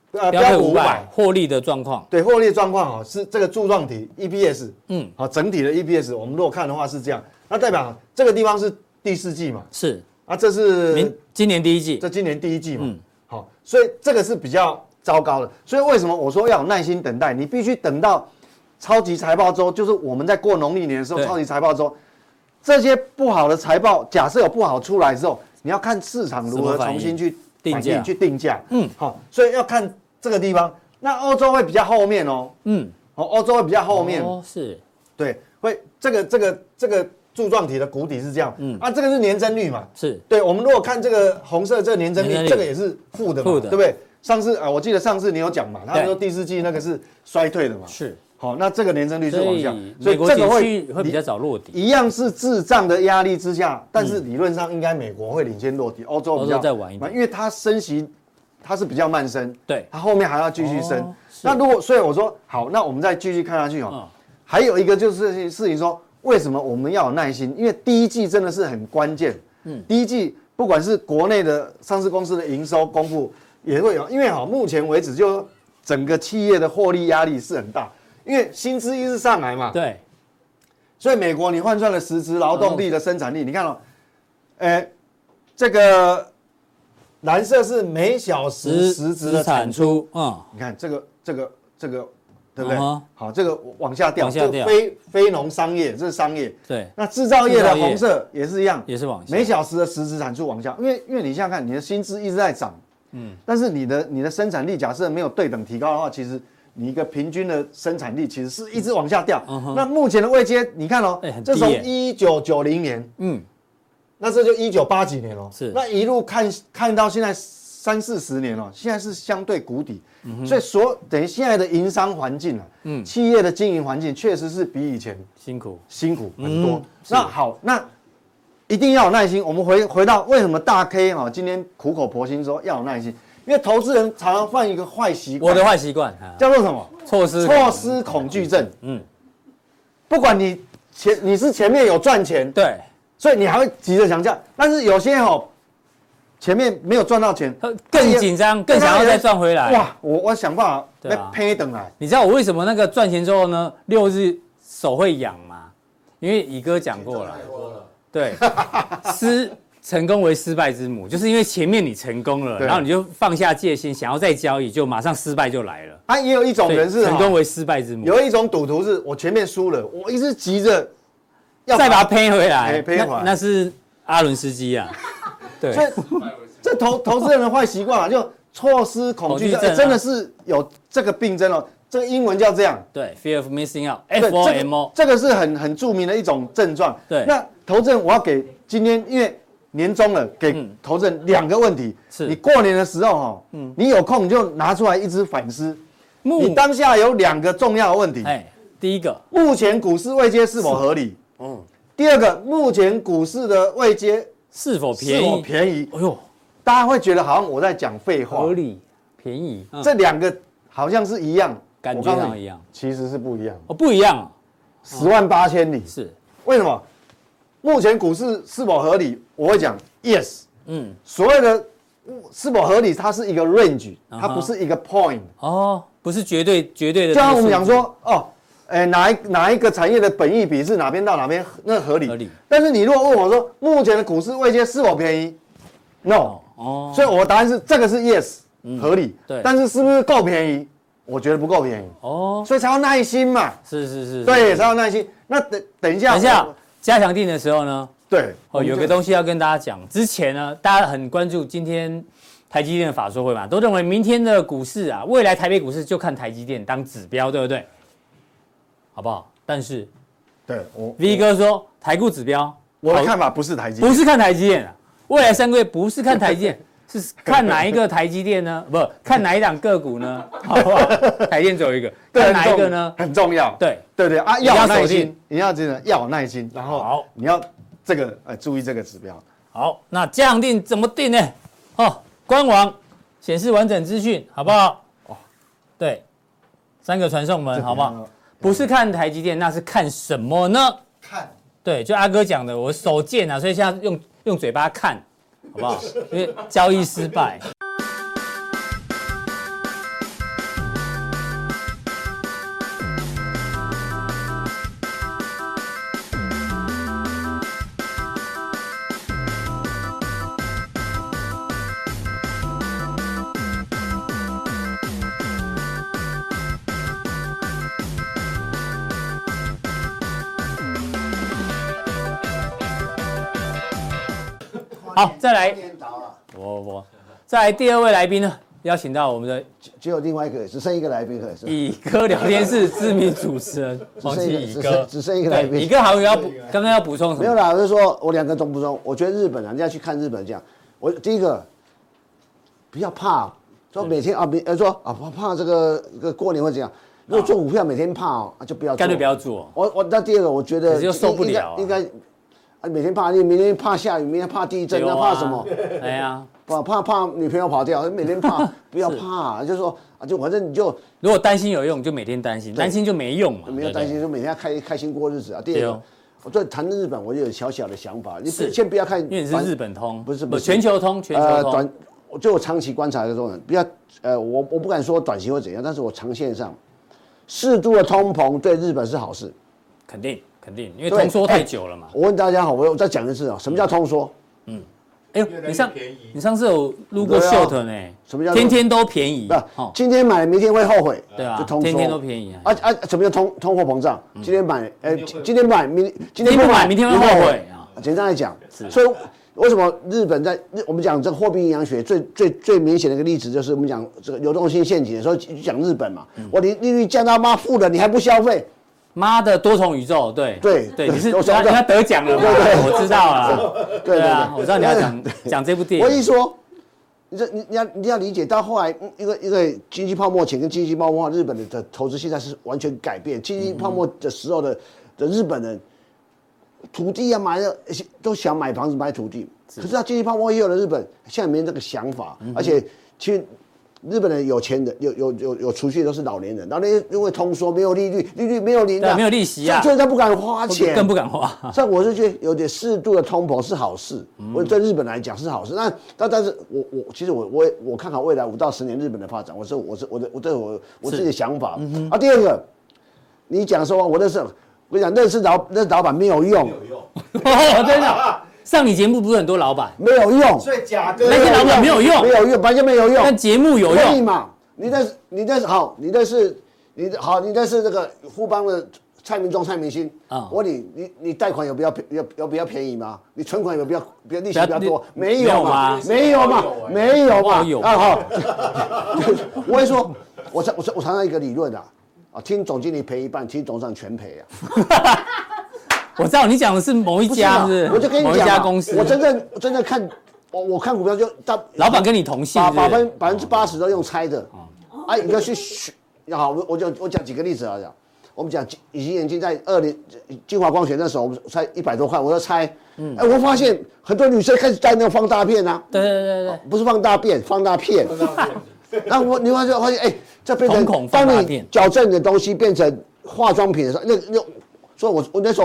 500 获利的状况， 对，获利的状况是这个柱状体 EPS， 好，整体的 EPS， 我们如果看的话是这样，那代表这个地方是第四季嘛， 是啊，这是今年第一季， 这今年第一季嘛，好，所以这个是比较糟糕的。所以为什么我说要有耐心等待？你必须等到超级财报周，就是我们在过农历年的时候，超级财报周，这些不好的财报，假设有不好出来之后，你要看市场如何重新去定价，好，所以要看这个地方。那欧洲会比较后面哦，欧洲会比较后面， 是， 对，会这个柱状体的谷底是这样，这个是年增率嘛， 是对。 我们如果看这个红色这个年增率，这个也是负的嘛，对不对？上次我记得上次你有讲嘛，他说第四季那个是衰退的嘛， 是。 好，那这个年增率是往下， 所以这个会比较早落底。 一样是滞胀的压力之下，但是理论上应该美国会领先落底，欧洲比较再晚一点， 因为它升息它是比较慢升， 对， 它后面还要继续升。那如果所以我说好，那我们再继续看下去哦。还有一个就是事情说，为什么我们要有耐心？因为第一季真的是很关键。第一季不管是国内的上市公司的营收公布也会有，因为目前为止就整个企业的获利压力是很大，因为薪资一直上来嘛。 对。 所以美国你换算了实质劳动力的生产力，你看哦，这个蓝色是每小时实质的产出，你看这个，对不对？好，这个往下掉，这个非农商业，这是商业。 对。 那制造业的红色也是一样， 也是往下， 每小时的实质产出往下，因为你想想看，你的薪资一直在涨，但是你的生产力假设没有对等提高的话，其实你一个平均的生产力其实是一直往下掉。那目前的位阶，你看哦，这从1990年，那这就1980几年哦，是，那一路看到现在30-40年了，现在是相对谷底，所以等于现在的营商环境啊，企业的经营环境确实是比以前辛苦很多。那好，那一定要有耐心。我们回到为什么大 K 今天苦口婆心说要有耐心，因为投资人常常犯一个坏习惯， 我的坏习惯叫做什么？ 错失恐惧症。不管你是前面有赚钱， 对， 所以你还会急着想价，但是有些前面没有赚到钱， 更紧张，更想要再赚回来。 哇，我想办法再赔等来。 你知道我为什么那个赚钱之后呢，6日手会痒吗？因为乙哥讲过了，对，成功为失败之母，就是因为前面你成功了，然后你就放下戒心，想要再交易，就马上失败就来了。 也有一种人是成功为失败之母， 有一种赌徒是我前面输了，我一直急着要再把它赔回来，那是阿伦斯基啊。对， 所以这投资人的坏习惯啊，就错失恐惧症，真的是有这个病症哦。这个英文叫这样， 对 ，fear of missing out，FOMO， 这个是很著名的一种症状。 对， 那投资人我要给今天，因为年终了，给投资人2个问题。是，你过年的时候你有空就拿出来一直反思。你当下有2个重要的问题。 第一个， 目前股市位阶是否合理？第二个，目前股市的位阶是否便宜？ 哎呦，大家会觉得好像我在讲废话。 合理、便宜， 这2个好像是一样， 感觉上一样， 其实是不一样。 不一样 ，10万8千里。 是， 为什么？目前股市是否合理？我会讲 yes。所谓的是否合理，它是一个 range， 它不是一个 point。 不是绝对的。 就像我们讲说，哪一个产业的本益比是哪边到哪边那合理？但是你如果问我说，目前的股市位阶是否便宜 ？No。所以我的答案是这个是 yes， 合理。 对。 但是是不是够便宜？我觉得不够便宜。所以才要耐心嘛。 是。 对，才要耐心。那等一下加强定的时候呢？ 对。 有个东西要跟大家讲。之前呢，大家很关注今天台积电的法说会嘛，都认为明天的股市啊，未来台北股市就看台积电当指标，对不对？好不好？但是， 对 V 哥说台股指标， 我的看法不是台积电， 不是看台积电啊，未来3个月不是看台积电，是看哪一个台积电呢？不，看哪一档个股呢？好不好？台积电只有一个，看哪一个呢？ 很重要。对啊，要有耐心，你要真的要有耐心，然后你要这个注意这个指标。 好，那加强定怎么定呢？官网显示完整资讯，好不好？对，3个传送门，好不好？不是看台积电，那是看什么呢？对，就阿哥讲的，我手贱啊，所以现在用嘴巴看，好不好？因为交易失败。好，再来，再来第2位来宾呢，邀请到我们的只有另外一个，只剩一个来宾了，是乙哥聊天室知名主持人黄奇乙哥， 只剩一个来宾。 乙哥还有刚刚要补充什么？ 没有啦，我就说我2个总补充。我觉得日本啊，你要去看日本这样，我第一个不要怕，说每天怕这个过年会怎样。如果做股票每天怕就不要做， 干脆不要做。 那第2个我觉得又受不了， 应该。每天怕，你明天怕下雨，明天怕地震，那怕什么？ 哎呀， 怕女朋友跑掉，每天怕，不要怕，就是说就反正你就如果担心有用，就每天担心，担心就没用嘛。 没有担心，就每天开心过日子啊。第2个，我对谈日本，我有小小的想法，你先不要看， 因为你是日本通， 不是全球通， 就我长期观察的这种人，不要我不敢说短期会怎样，但是我长线上，适度的通膨对日本是好事， 肯定，因为通缩太久了嘛。 我问大家好，我再讲一次什么叫通缩？ 哎呦，你上次有录过 short 呢？ 什么叫天天都便宜？ 今天买明天会后悔， 对啊， 就通缩。 天天都便宜什么叫通货膨胀？今天买，今天买，今天不买，明天会后悔啊。 简单来讲，所以为什么日本我们讲这个货币阴阳学最明显的一个例子，就是我们讲这个流动性陷阱的时候，讲日本嘛，我利率降到妈负了，你还不消费？ 妈的多重宇宙，对，你是他得奖了， 对， 我知道了，对啊，我知道你要讲这部电影。 我一说，你要理解到后来一个经济泡沫前跟经济泡沫后，日本的投资现在是完全改变。经济泡沫的时候的日本人，土地啊买了都想买房子买土地，可是他经济泡沫以后的日本现在没这个想法，而且其实。日本人有钱的有储蓄都是老年人，老年人因为通缩没有利率没有零的， 没有利息啊， 所以他不敢花钱， 更不敢花。 所以我是觉得有点适度的通膨是好事，我对日本来讲是好事。但是其实我看好未来5到10年日本的发展，我自己的想法。第2个，你讲说我跟你讲认识老板没有用， 真的。上你节目不是很多老板没有用， 所以假哥那些老板没有用， 完全没有用。 但节目有用， 可以嘛？你认识这个富邦的蔡明忠、蔡明星啊？我问你贷款有比较便宜吗？你存款有比较利息比较多？没有嘛？没有嘛？好，我会说，我常常一个理论听总经理赔一半，听董事长全赔啊。 我知道你讲的是某一家，是我就跟你讲某一家公司。 我真的看，我看股票就老板跟你同姓 ，80%都用猜的。你要去好，我讲几个例子啊，讲我们讲隐形眼镜在金华光学那时候，我们才100多块，我就猜。我发现很多女生开始戴那个放大片啊。对，不是放大片，放大片。然后你发现，这变成当你矫正的东西变成化妆品的时候，所以我那时候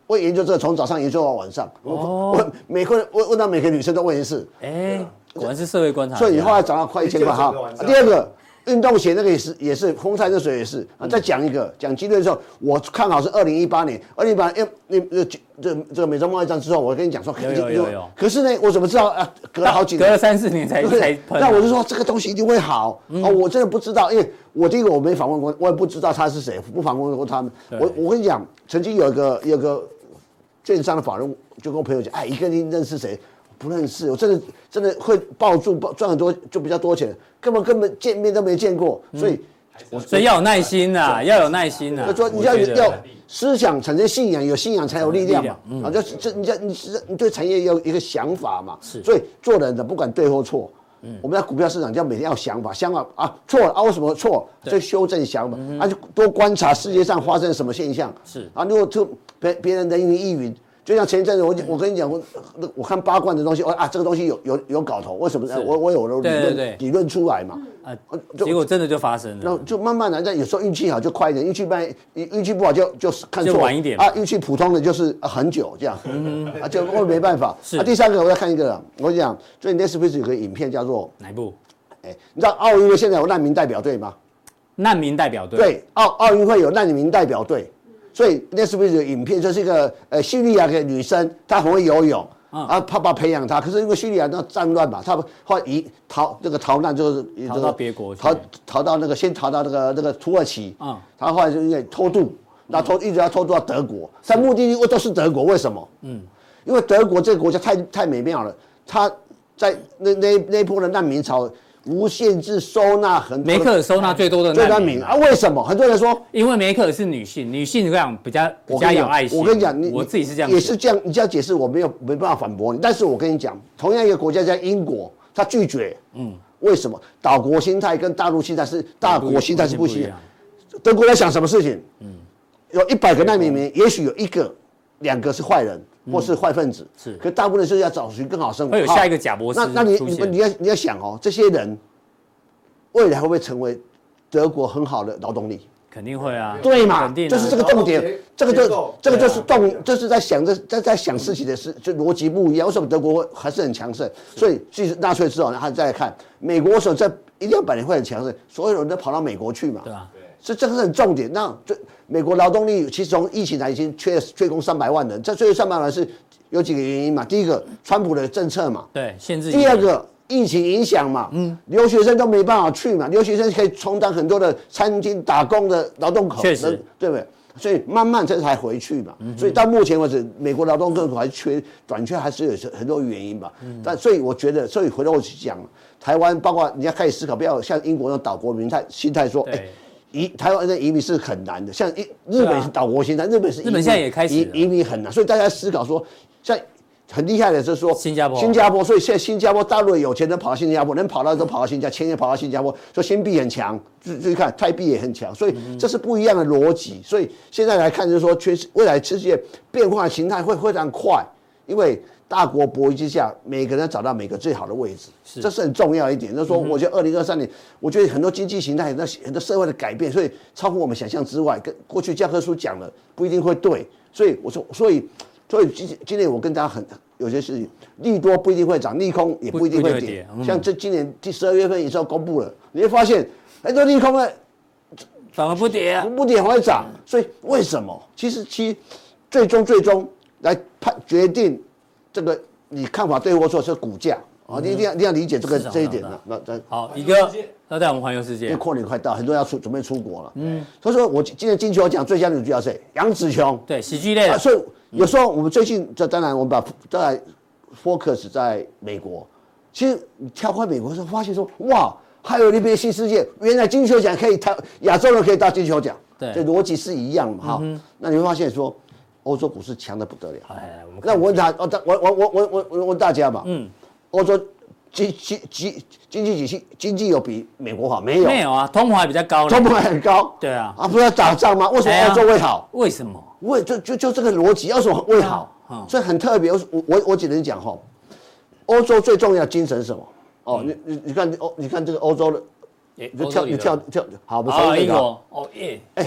我研究这个从早上研究到晚上，我问到每个女生都问一次。 果然是社会观察家。 所以你后来涨到快1000块哈。第二个。运动鞋那个也是风扇热水也是啊。再讲一个，讲基队的时候，我看好是2018年，2018年这个美洲贸易战之后，我跟你讲说有。 可是呢，我怎么知道啊？隔了好几年， 隔了3-4年才喷。 那我就说这个东西一定会好哦，我真的不知道，因为我第一个我没访问过，我也不知道他是谁，不访问过他们。我跟你讲，曾经有一个券商的法人就跟我朋友讲，哎，一个人认识谁？不认识，我真的会抱住赚很多就比较多钱，根本见面都没见过，所以要有耐心呐，要有耐心呐。 就说你要思想产生信仰，有信仰才有力量嘛。啊，你对产业有一个想法嘛。所以做人的不管对或错，我们在股票市场就要每天要想法啊，错了啊，为什么错？就修正想法，啊，就多观察世界上发生什么现象。啊，如果就别人人云亦云。就像前一阵子我跟你讲，我看八卦的东西，这个东西有搞头，为什么？我有理论出来嘛， 结果真的就发生了， 然后就慢慢的，有时候运气好就快一点，运气不好就看错， 就晚一点啊，运气普通的就是很久这样，就我没办法。第三个我要看一个了，我讲最近 Netflix 有个影片叫做哪一部？ 你知道奥运会现在有难民代表队吗？ 难民代表队对，奥运会有难民代表队。所以那是不是有影片？就是一个叙利亚的女生，她很会游泳，爸爸培养她。可是因为叙利亚那战乱嘛，她后来逃难，就是逃到别国， 逃到先逃到那个土耳其，她后来就因为偷渡，然后一直要偷渡到德国，但目的地都是德国，为什么？因为德国这个国家太美妙了，她在那波的难民潮。无限制收纳很多， 梅克尔收纳最多的难民啊？为什么？很多人说， 因为梅克尔是女性这样比较有爱心。 我跟你讲， 我自己是这样， 也是这样。你这样解释，我没办法反驳你。但是我跟你讲，同样一个国家叫英国，他拒绝。为什么？岛国心态跟大陆心态是大国心态是不一样。德国在想什么事情？有100个难民里面，也许有1个、2个是坏人。或是坏分子，可大部分是要找寻更好生活。 会有下一个贾博士。 那你要想哦，这些人未来会不会成为德国很好的劳动力？ 肯定会啊， 对嘛？就是这个重点，这个就是就是在想事情的事，就逻辑不一样。为什么德国还是很强盛？所以其实纳粹之后，他再来看美国，为什么在100-200年会很强盛？所有人都跑到美国去嘛， 对吧？ 所以这个是很重点。那美国劳动力其实从疫情来已经缺工300万人，这缺300万人是有几个原因嘛？第一个，川普的政策嘛， 对，限制。 第二个，疫情影响嘛，留学生都没办法去嘛，留学生可以充当很多的餐厅打工的劳动口， 确实， 对不对？所以慢慢这才回去嘛。所以到目前为止，美国劳动人口还短缺，还是有很多原因吧。但所以我觉得，所以回头我去讲，台湾包括你要开始思考，不要像英国那种岛国民心态说，台湾的移民是很难的，像日本是岛国心态，日本现在也开始移民很难，所以大家思考说，像很厉害的就是说新加坡， 所以现在新加坡大陆有钱人跑到新加坡，能跑到都跑到新加坡，钱也跑到新加坡，所以新币很强，注意看泰币也很强，所以这是不一样的逻辑。所以现在来看就是说，未来世界变化形态会非常快，因为大国博弈之下，每个人找到每个最好的位置，这是很重要一点。就是说，我觉得2023年，我觉得很多经济形态、很多社会的改变，所以超乎我们想象之外。跟过去教科书讲的不一定会对，所以我说，所以今年我跟大家有些事情，利多不一定会涨，利空也不一定会跌。像今年12月份以后公布了，你会发现很多利空呢反而不跌， 不跌还会涨。所以为什么？其实最终来决定。这个你看法对或错是股价啊，你一定要理解这一点的。那好，一个那带我们环游世界， 因为过年快到，很多人要准备出国了。所以说我今年金球奖最佳女主角谁？杨紫琼。 对，喜剧类的。 所以有时候我们最近当然我们在 focus 在美国，其实你跳开美国的时候，发现说哇，还有那边新世界，原来金球奖可以亚洲人可以到金球奖， 对， 这逻辑是一样嘛哈。那你会发现说。欧洲股市强得不得了，那我问他，我问大家嘛，欧洲经济有比美国好没有？ 没有啊，通膨还比较高， 通膨还很高， 对啊， 不是要打仗吗？为什么欧洲会好？ 为什么？ 就这个逻辑，为什么会好？所以很特别。我只能讲哈，欧洲最重要的精神是什么？哦，你看这个欧洲的，你跳，好，我们说这个，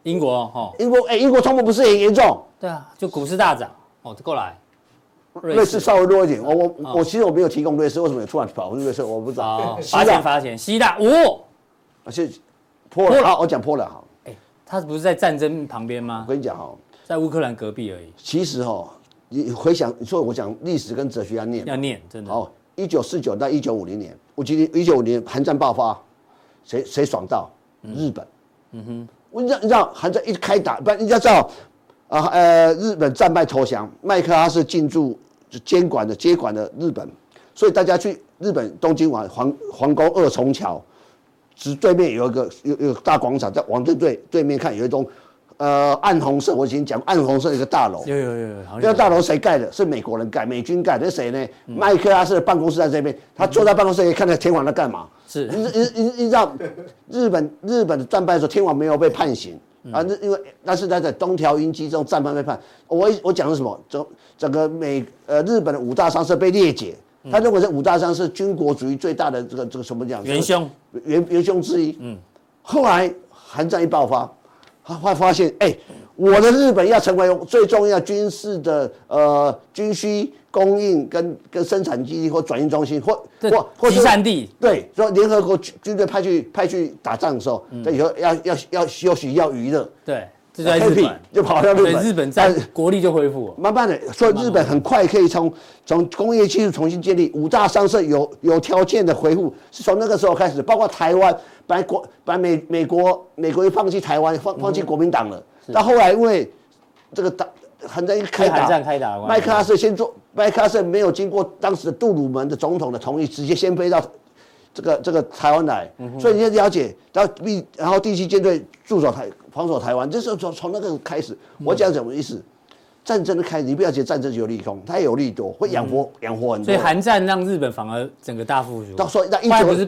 英国哈， 英国通膨不是很严重？ 对啊，就股市大涨哦，过来。 瑞士稍微弱一点，我其实我没有提供瑞士，为什么有突然跑瑞士？我不知道。 罚钱，希腊是波兰，好，我讲波兰好。 他不是在战争旁边吗？ 我跟你讲哈， 在乌克兰隔壁而已。 其实哈，你回想，所以我讲历史跟哲学要念， 真的。 哦，1949到1950年，我记得1950年韩战爆发，谁爽到？日本。你知道韩战一开打，不然你要知道日本战败投降，麦克阿瑟进驻接管的日本，所以大家去日本东京玩皇宫二重桥，对面有一个大广场，在往对面看有一栋暗红色，我已经讲暗红色的一个大楼。 有， 那个大楼谁盖的？是美国人盖，美军盖的。是谁呢？麦克阿瑟的办公室在这边，他坐在办公室里看着天皇在干嘛？ 是， 你知道日本的战败的时候，天皇没有被判刑。因为那是在东条英机这种战犯被判。我讲的是什么？整个日本的5大商社被列解，他认为这5大商是军国主义最大的这个什么讲？ 元凶之一。后来韩战一爆发，他会发现，我的日本要成为最重要军事的军需供应跟生产基地或转运中心，或集散地。 对，说联合国军队派去打仗的时候，以后要休息要娱乐。 对，这在日本就跑到日本， 日本在国力就恢复了。 慢慢的，所以日本很快可以从工业技术重新建立，5大商社有条件的恢复，是从那个时候开始，包括台湾，本来美国放弃台湾，放弃国民党了。到后来因为这个韩战一开打，麦克阿瑟没有经过当时的杜鲁门的总统的同意，直接先飞到这个台湾来，所以你要了解，然后第7舰队防守台湾，这是从那个开始。我讲什么意思？战争的开始，你不要觉得战争有利空，它也有利多，会养活很多。 所以韩战让日本反而整个大复苏。 到说那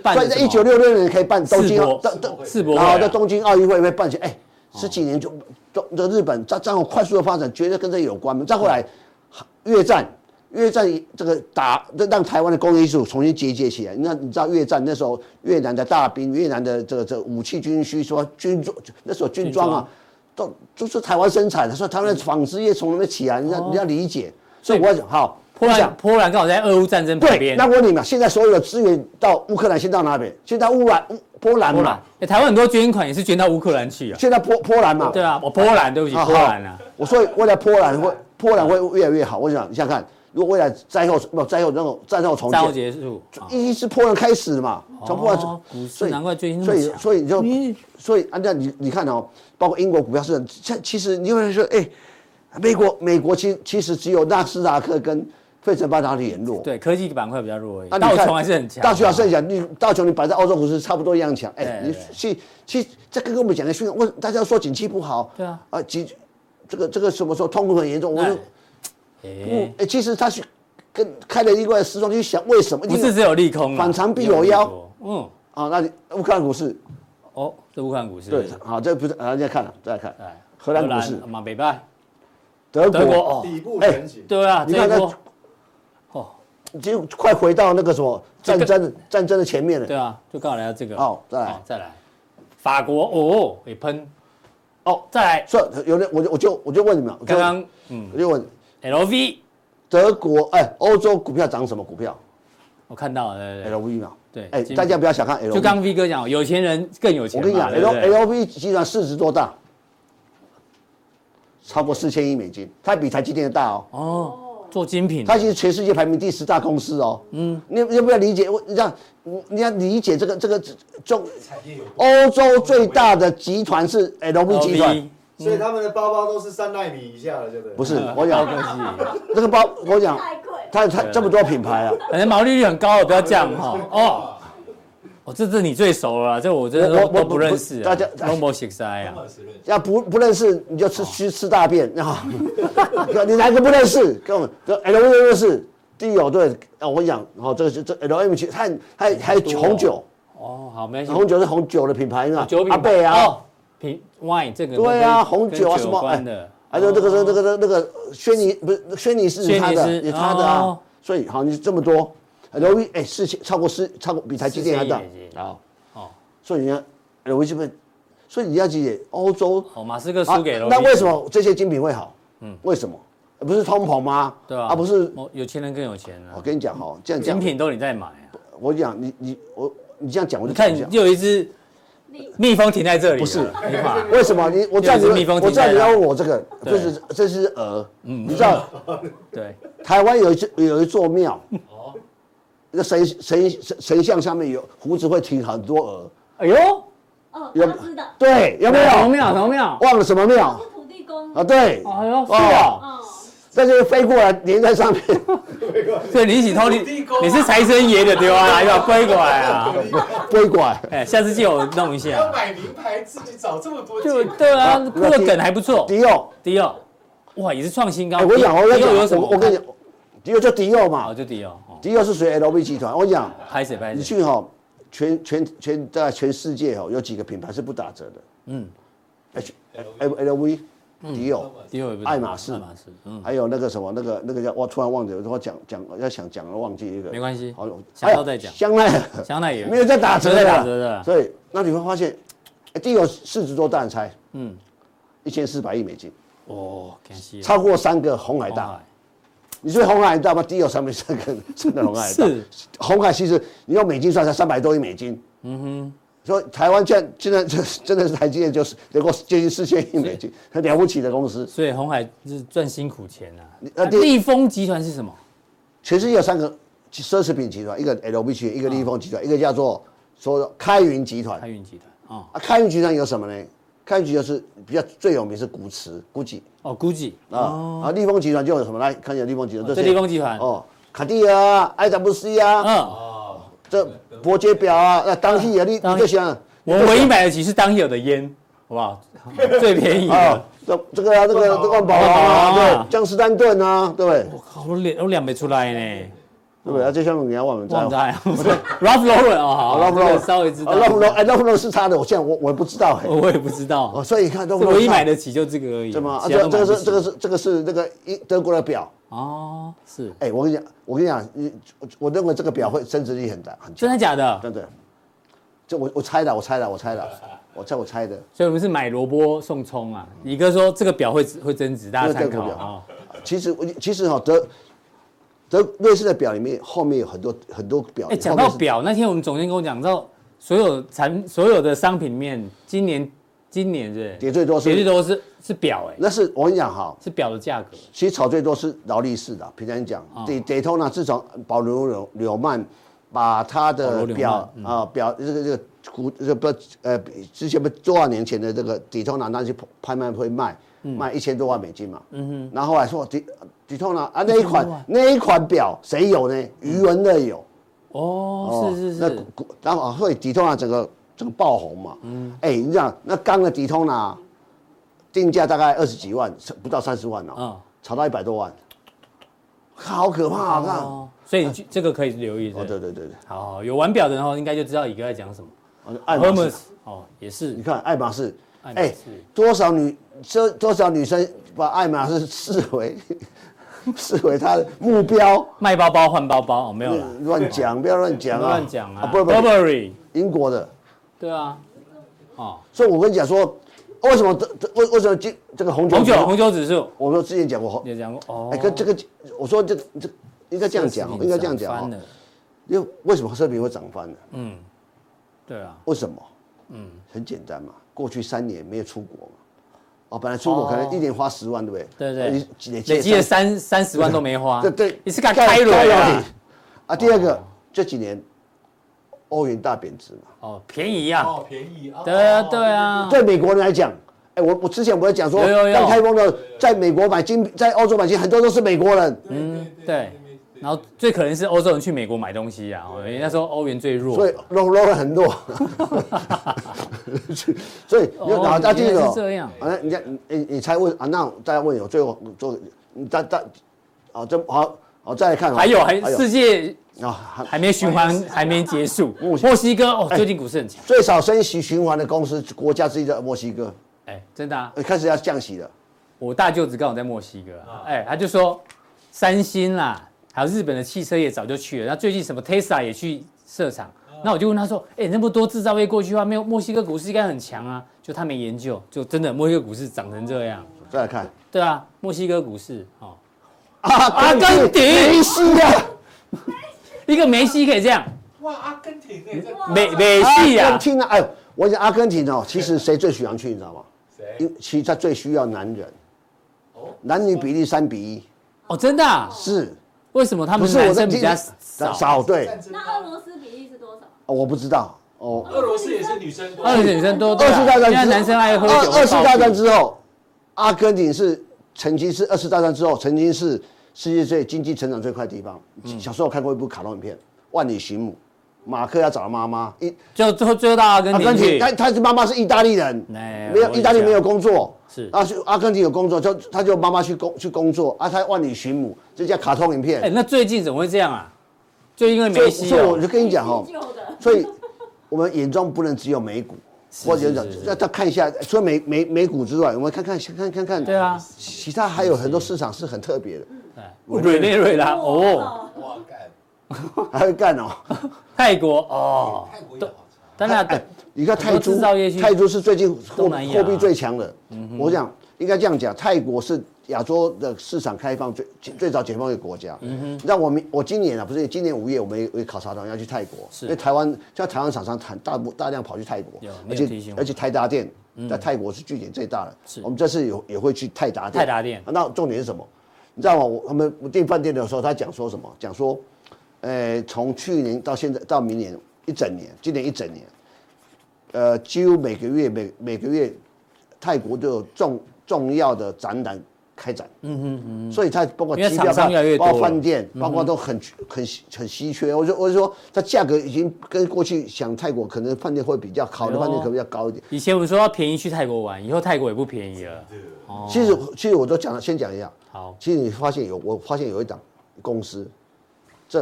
1966年可以办东京世博，然后在东京奥运会会办起，10几年就日本战后快速的发展，绝对跟这有关。再后来越战这个让台湾的工业技术重新集结起来。你知道越战那时候越南的大兵、越南的这武器军需，说那时候军装啊，都是台湾生产的，所以台湾的纺织业从那边起来，你要理解。所以我讲好。 波兰刚好在俄乌战争旁边。 对，那我问你们，现在所有的资源到乌克兰，先到哪边？先到波兰嘛。 台湾很多捐款也是捐到乌克兰去啊。 现在波兰嘛。 对啊，波兰，对不起，波兰啊。 我说未来波兰会越来越好。我想你想看，如果未来灾后那种战后重建， 战后结束， 一是波兰开始嘛，从波兰， 所以难怪最近那么强。 所以按照你看哦，包括英国股票市场，其实你会说，美国其实只有纳斯达克跟费城半导体很弱， 对，科技板块比较弱而已。道琼还是很强， 道琼还是很强。道琼你摆在欧洲股市差不多一样强。你其实这跟我们讲的讯号，大家说景气不好， 对啊， 这个什么时候通膨很严重，我就其实他是跟开了一个时钟去想为什么， 不是只有利空， 反常必有妖。那你乌克兰股市， 这乌克兰股市对，好，这不是再看了，再看荷兰股市， 马北拜， 德国底部成型， 对啊， 你看它。已经快回到那个什么战争的前面了。 对啊，就刚好来到这个。再来，法国也喷。再来。说有人我就问你们， 刚刚我就问 LV， 德国欧洲股票涨什么股票？ 我看到了 ，LV 嘛。 对， 大家不要小看 LV。 就刚 V 哥讲，有钱人更有钱。 我跟你讲 ，LV 集团市值多大？超过4000亿美金，它比台积电大哦。 做精品， 它其实全世界排名第10大公司哦。你要不要理解？你要理解这个欧洲最大的集团是 LV 集团， 所以他们的包包都是3奈米以下的，对不对？ 不是，我讲这个包，我讲它这么多品牌啊， 反正毛利率很高的，不要这样哈。这你最熟了，这我真的都不认识。大家都没识啊。 要不认识你就去吃大便，你哪个不认识？跟我 LV 认识，第一对，我跟你讲，这个是LM 还有红酒。 好，没关系。 红酒是红酒的品牌嘛？ 阿贝啊 ，wine 这个。 对啊，红酒啊什么？还有那个轩尼不是轩尼诗他的也他的啊，所以好你这么多。LV 超过比台积电还大，所以你看 LV 是不是所以你要理解欧洲。 马斯克输给了、 那为什么这些精品会好？为什么？不是通膨吗？ 对啊， 不是有钱人更有钱我跟你讲这样精品都你在买啊。 我讲你这样讲，我就看又有一只蜜蜂停在这里， 不是？为什么？我知道你要问我这个，这是鹅，你知道？ 对， 台湾有一座庙，那个神像上面有胡子会停很多鹅。 哎呦， 有对，有没有？ 什么庙？ 忘了什么庙？ 土地公啊，对。 哎呦，是啊。 但是飞过来粘在上面， 所以你一起偷你是财神爷的对吧？要归过来啊， 归过来。 哎，下次借我弄一下。 要买名牌，自己找这么多。 对啊，这个梗还不错。 迪奥， 哇，也是创新高。 我跟你讲，我跟你讲，迪奥就迪奥嘛， 就迪奥。 迪奥是属于 LV 集团。我跟你讲， 拍谁？ 你去全世界有几个品牌是不打折的？LV。迪奥，爱马仕，还有那个什么，那个叫我突然忘记了，我要讲了忘记一个， 没关系，好，想到再讲。香奈儿没有在打折的， 所以那你会发现，迪奥市值多大？你猜？1400亿美金，超过3个红海大。你说红海大吗？迪奥上面3个红海大，红海其实你用美金算才300多亿美金。说台湾现在真的是台积电就是能够接近4000亿美金，很了不起的公司。 所以鸿海是赚辛苦钱啊。利丰集团是什么？ 全世界有3个奢侈品集团，一个 LV 集团，一个利丰集团，一个叫做开云集团。开云集团有什么呢？开云集团是比较最有名是GUCCI。 GUCCI。 利丰集团就有什么？来看一下利丰集团。 这利丰集团。 卡地亚、IWC 这伯爵表啊，那当希尔你就想， 我唯一买得起是当希尔的烟，好不好？最便宜的。 这个万宝啊，对，江诗丹顿啊，对不对？ 我靠，我两没出来呢， 对不对？这项目你要忘了在。 Ralph Lauren 好 ，Ralph Lauren 稍微知道。 Ralph Lauren 是他的，我现在我也不知道我也不知道。 所以你看， 唯一买得起就这个而已。 对吗？这个是那个德国的表。 是。 我跟你讲，我认为这个表会升值力很大， 真的假的？ 真的。这我猜的。我猜的。 所以我们是买萝卜送葱啊。李哥说这个表会增值，大家参考啊。 其实瑞士的表里面后面有很多表。 讲到表，那天我们总监跟我讲到，所有的商品里面，今年是跌最多是表那是我跟你讲是表的价格。 其实炒最多是劳力士的，平常讲，Daytona自从保罗纽曼把他的表之前不多少年前的这个Daytona拿去拍卖会卖1000多万美金嘛，然后后来说Daytona 啊那一款表谁有呢？余文乐有。 是。 然后所以Daytona整个爆红嘛，你知道那钢的Daytona定价大概20几万，不到30万炒到100多万，好可怕啊！看， 所以这个可以留意。 对。 好，有玩表的人应该就知道乙哥在讲什么。 爱马仕也是。 你看爱马仕，多少女生把爱马仕视为她的目标， 卖包包换包包没有啦， 乱讲，不要乱讲啊！ 乱讲啊！不 ，Burberry 英国的。 对啊， 所以我跟你讲说，为什么这个红酒指数？ 我说之前讲过， 也讲过跟这个我说这应该这样讲，应该这样讲因为为什么奢侈品会涨翻呢？ 对啊。 为什么？很简单嘛，过去3年没有出国嘛，本来出国可能1年花10万，对不对？ 对。累积了30万都没花。 对。 你是敢开了啊？第二个这几年。欧元大贬值嘛？ 便宜啊！ 便宜啊！ 对啊。 对美国人来讲，我之前不是讲说，刚开封的，在美国买金，在欧洲买金，很多都是美国人。 对。然后最可能是欧洲人去美国买东西啊，那时候欧元最弱， 所以弱了很弱。所以大家是这样。你猜问啊？那大家问有最后做再来看。 还有世界。还没循环，还没结束。墨西哥最近股市很强， 最少升息循环的国家之一的墨西哥。 真的开始要降息了。 我大舅子刚好在墨西哥，他就说三星啦，还有日本的汽车业早就去了。那最近什么 Tesla 也去设厂， 那我就问他说，那么多制造业过去的话，没有墨西哥股市应该很强啊，就他没研究，就真的墨西哥股市涨成这样。 再来看， 对啊，墨西哥股市哦， 阿根廷梅西啊， 一个梅西可以这样， 哇，阿根廷哎， 美系啊阿根，廷啊，哎呦，我讲阿根廷哦，其实谁最喜欢去，你知道吗？ 谁？ 其实他最需要男人，男女比例3:1， 哦，真的啊？ 是为什么他们不是男生比较少？对， 那俄罗斯比例是多少？ 我不知道哦。 俄罗斯也是女生多， 二女生多， 二次大战现在男生爱喝酒， 二次大战之后，阿根廷曾经是二次大战之后曾经是世界最经济成长最快的地方。小时候看过一部卡通影片《万里寻母》，马克要找妈妈， 最后到阿根廷去， 他妈妈是意大利人，没有意大利没有工作， 是啊，阿根廷有工作，他就妈妈去工作啊，他万里寻母，这叫卡通影片。 那最近怎么会这样啊？就因为梅西所以我就跟你讲哦， 旧的所以我们眼中不能只有美股，或者讲要看一下，除了美股之外，我们看， 对啊， 其他还有很多市场是很特别的， 委内瑞拉哦， 哇干， 还会干哦。 泰国哦， 泰国也好强， 当然你看泰铢，泰铢是最近货币最强的。我想应该这样讲，泰国是亚洲的市场开放最早解放的国家。你知道我今年啊，不是今年5月我们有考察团要去泰国，因为台湾厂商大量跑去泰国，而且台达电在泰国是据点最大的。我们这次也会去泰达电。那重点是什么？你知道吗？他们订饭店的时候，他讲说什么？讲说，从去年到现在到明年一整年，今年一整年，几乎每个月泰国都有重要的展览开展，所以它包括机票、包括饭店，包括都很稀缺。我就说，它价格已经跟过去想泰国可能饭店会比较好的饭店可能比较高一点。 以前我们说要便宜去泰国玩，以后泰国也不便宜了。 其实我都讲了，先讲一下。 好， 其实我发现有一档公司，这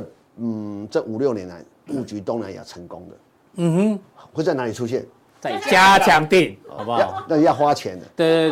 5-6年来布局东南亚成功的，会在哪里出现？ 在加强定，好不好？ 那要花钱的。 对，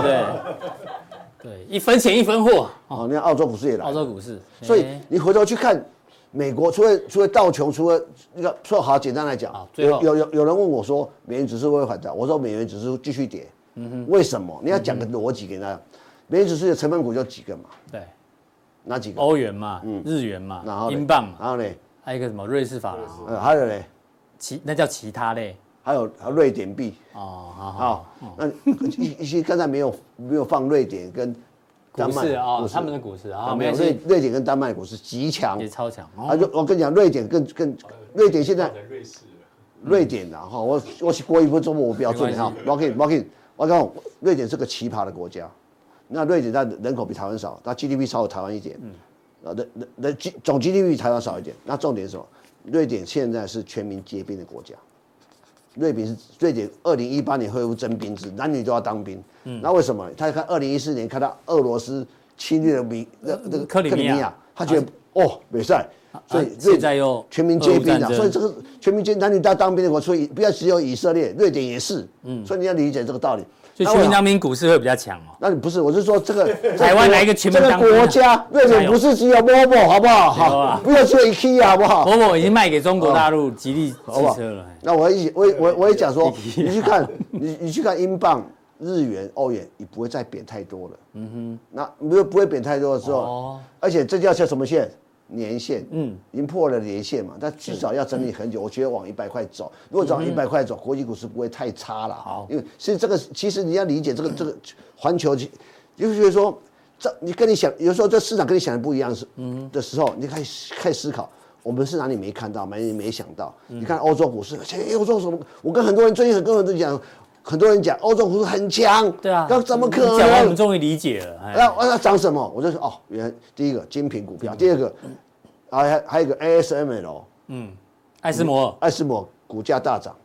一分钱一分货。 哦，你看澳洲股市也来， 澳洲股市， 所以你回头去看美国，除了道琼，除了那个说好简单来讲，有人问我说美元指数会不会反弹？我说美元指数继续跌。为什么？你要讲个逻辑给大家。美元指数的成分股就几个嘛？ 对， 哪几个？ 欧元嘛，日元嘛， 然后英镑嘛， 然后呢？ 还有一个什么瑞士法郎， 还有呢？ 那叫其他类。 还有瑞典币。 好， 那一些刚才没有放瑞典跟丹麦股市他们的股市啊， 没有瑞典跟丹麦股市极强， 也超强。 我跟你讲，瑞典瑞典现在瑞典的哈，我是国语不中文我比较准哈，我讲瑞典是个奇葩的国家。那瑞典它人口比台湾少，它 GDP 超过台湾一点，总 GDP 比台湾少一点。那重点是什么？瑞典现在是全民皆兵的国家。瑞典2018年恢复征兵制，男女都要当兵。那为什么？他看2014年看到俄罗斯侵略了克里米亚，他觉得没赛，所以现在又全民皆兵啊。所以这个全民皆男女都要当兵的国，所以不要只有以色列，瑞典也是。所以你要理解这个道理。 所以全民当兵股市会比较强哦。 那你不是，我是说这个台湾来一个全民当兵， 这个国家瑞典不是只有 Volvo 好不好？好，不要只有 IKEA 好不好 ？Volvo 已经卖给中国大陆吉利汽车了。 那我也讲说，你去看英镑、日元、欧元，你不会再贬太多了。那不会贬太多的时候，而且这叫什么线？年线，已经破了年线嘛，但至少要整理很久。我觉得往100块走，如果往100块走，国际股市不会太差了。好，因为是这个，其实你要理解这个环球，就是说，你想，有时候这市场跟你想的不一样的时候，你可以开始思考，我们是哪里没看到，哪里没想到。你看欧洲股市，欧洲什么？我跟很多人最近很多人都讲。很多人讲欧洲股市很强， 对啊， 怎么可能？ 讲完我们终于理解了。 那涨什么？我就说原来第一个精品股票，第二个还有一个 ASML， 艾斯摩股价大涨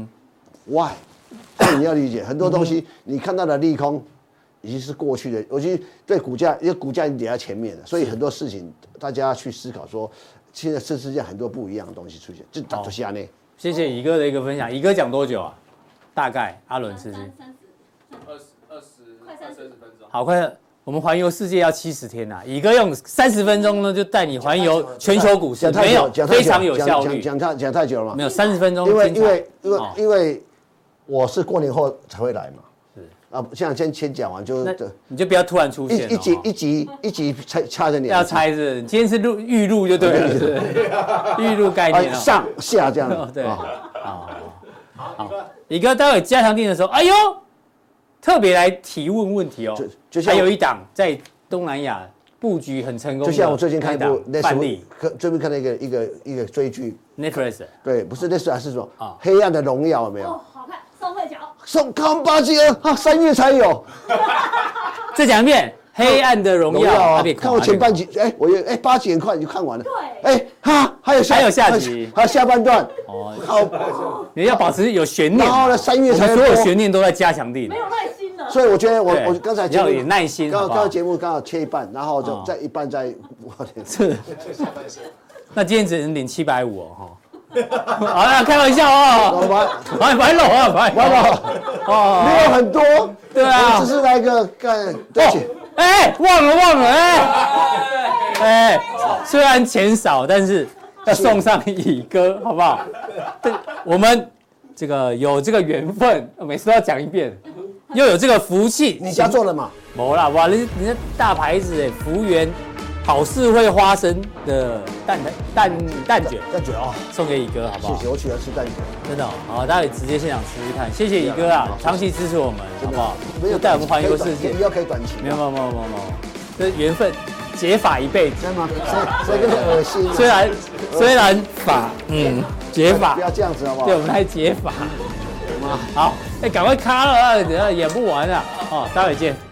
，Why？ 所以你要理解很多东西，你看到的利空已经是过去的，尤其对股价，因为股价已经跌在前面了，所以很多事情大家要去思考说，现在世界很多不一样的东西出现，就打出下呢。 谢谢乙哥的一个分享，乙哥讲多久啊？大概阿伦试试， 快30分钟， 好快。 我们环游世界要70天呐，乙哥用30分钟呢就带你环游全球股市，没有非常有效率， 讲太久了嘛， 没有30分钟， 因为我是过年后才会来嘛。啊，现在先讲完就， 你就不要突然出现， 一集掐着你， 要猜是，今天是预录就对了，预录概念上下这样， 对，好，乙哥待会加强定的时候，哎呦，特别来提问问题哦，还有一档在东南亚布局很成功， 就像我最近看一部范例， 最近看到一个追剧 ，Netflix， 对，不是 Netflix 是什么？黑暗的荣耀有没有？ 哦，好看，宋慧乔。 送康巴基恩啊，3月才有。 再讲一遍，《黑暗的荣耀》 啊！看我前半集，我8集很快就看完了。 对。 还有下集， 还有下半段。 哦，好，你要保持有悬念。 然后呢，3月才所有悬念都在加强地。 没有耐心了。 所以我觉得我刚才要有耐心。 刚刚节目刚好切一半，然后就再一半再。 是。那今天只能领750哦，好啦，开玩笑哦，买楼啊，买楼哦，没有很多， 对啊， 只是来个干，对不起， 忘了，虽然钱少，但是要送上乙哥，好不好？对，我们这个有这个缘分，每次都要讲一遍，又有这个福气， 你家做了嘛？ 没啦，哇，你那大牌子福源。好事会花生的蛋卷哦， 送给乙哥好不好？ 谢谢，我喜欢吃蛋卷， 真的好，待会直接现场吃吃看。谢谢乙哥啊，长期支持我们，好不好？没有带我们环游世界， 不要可以短期， 没有，这缘分解法一辈子， 真的吗？所以恶心。 虽然法，解法， 不要这样子好不好？ 对，我们来解法。好，赶快卡了啊，等下演不完了，待会见。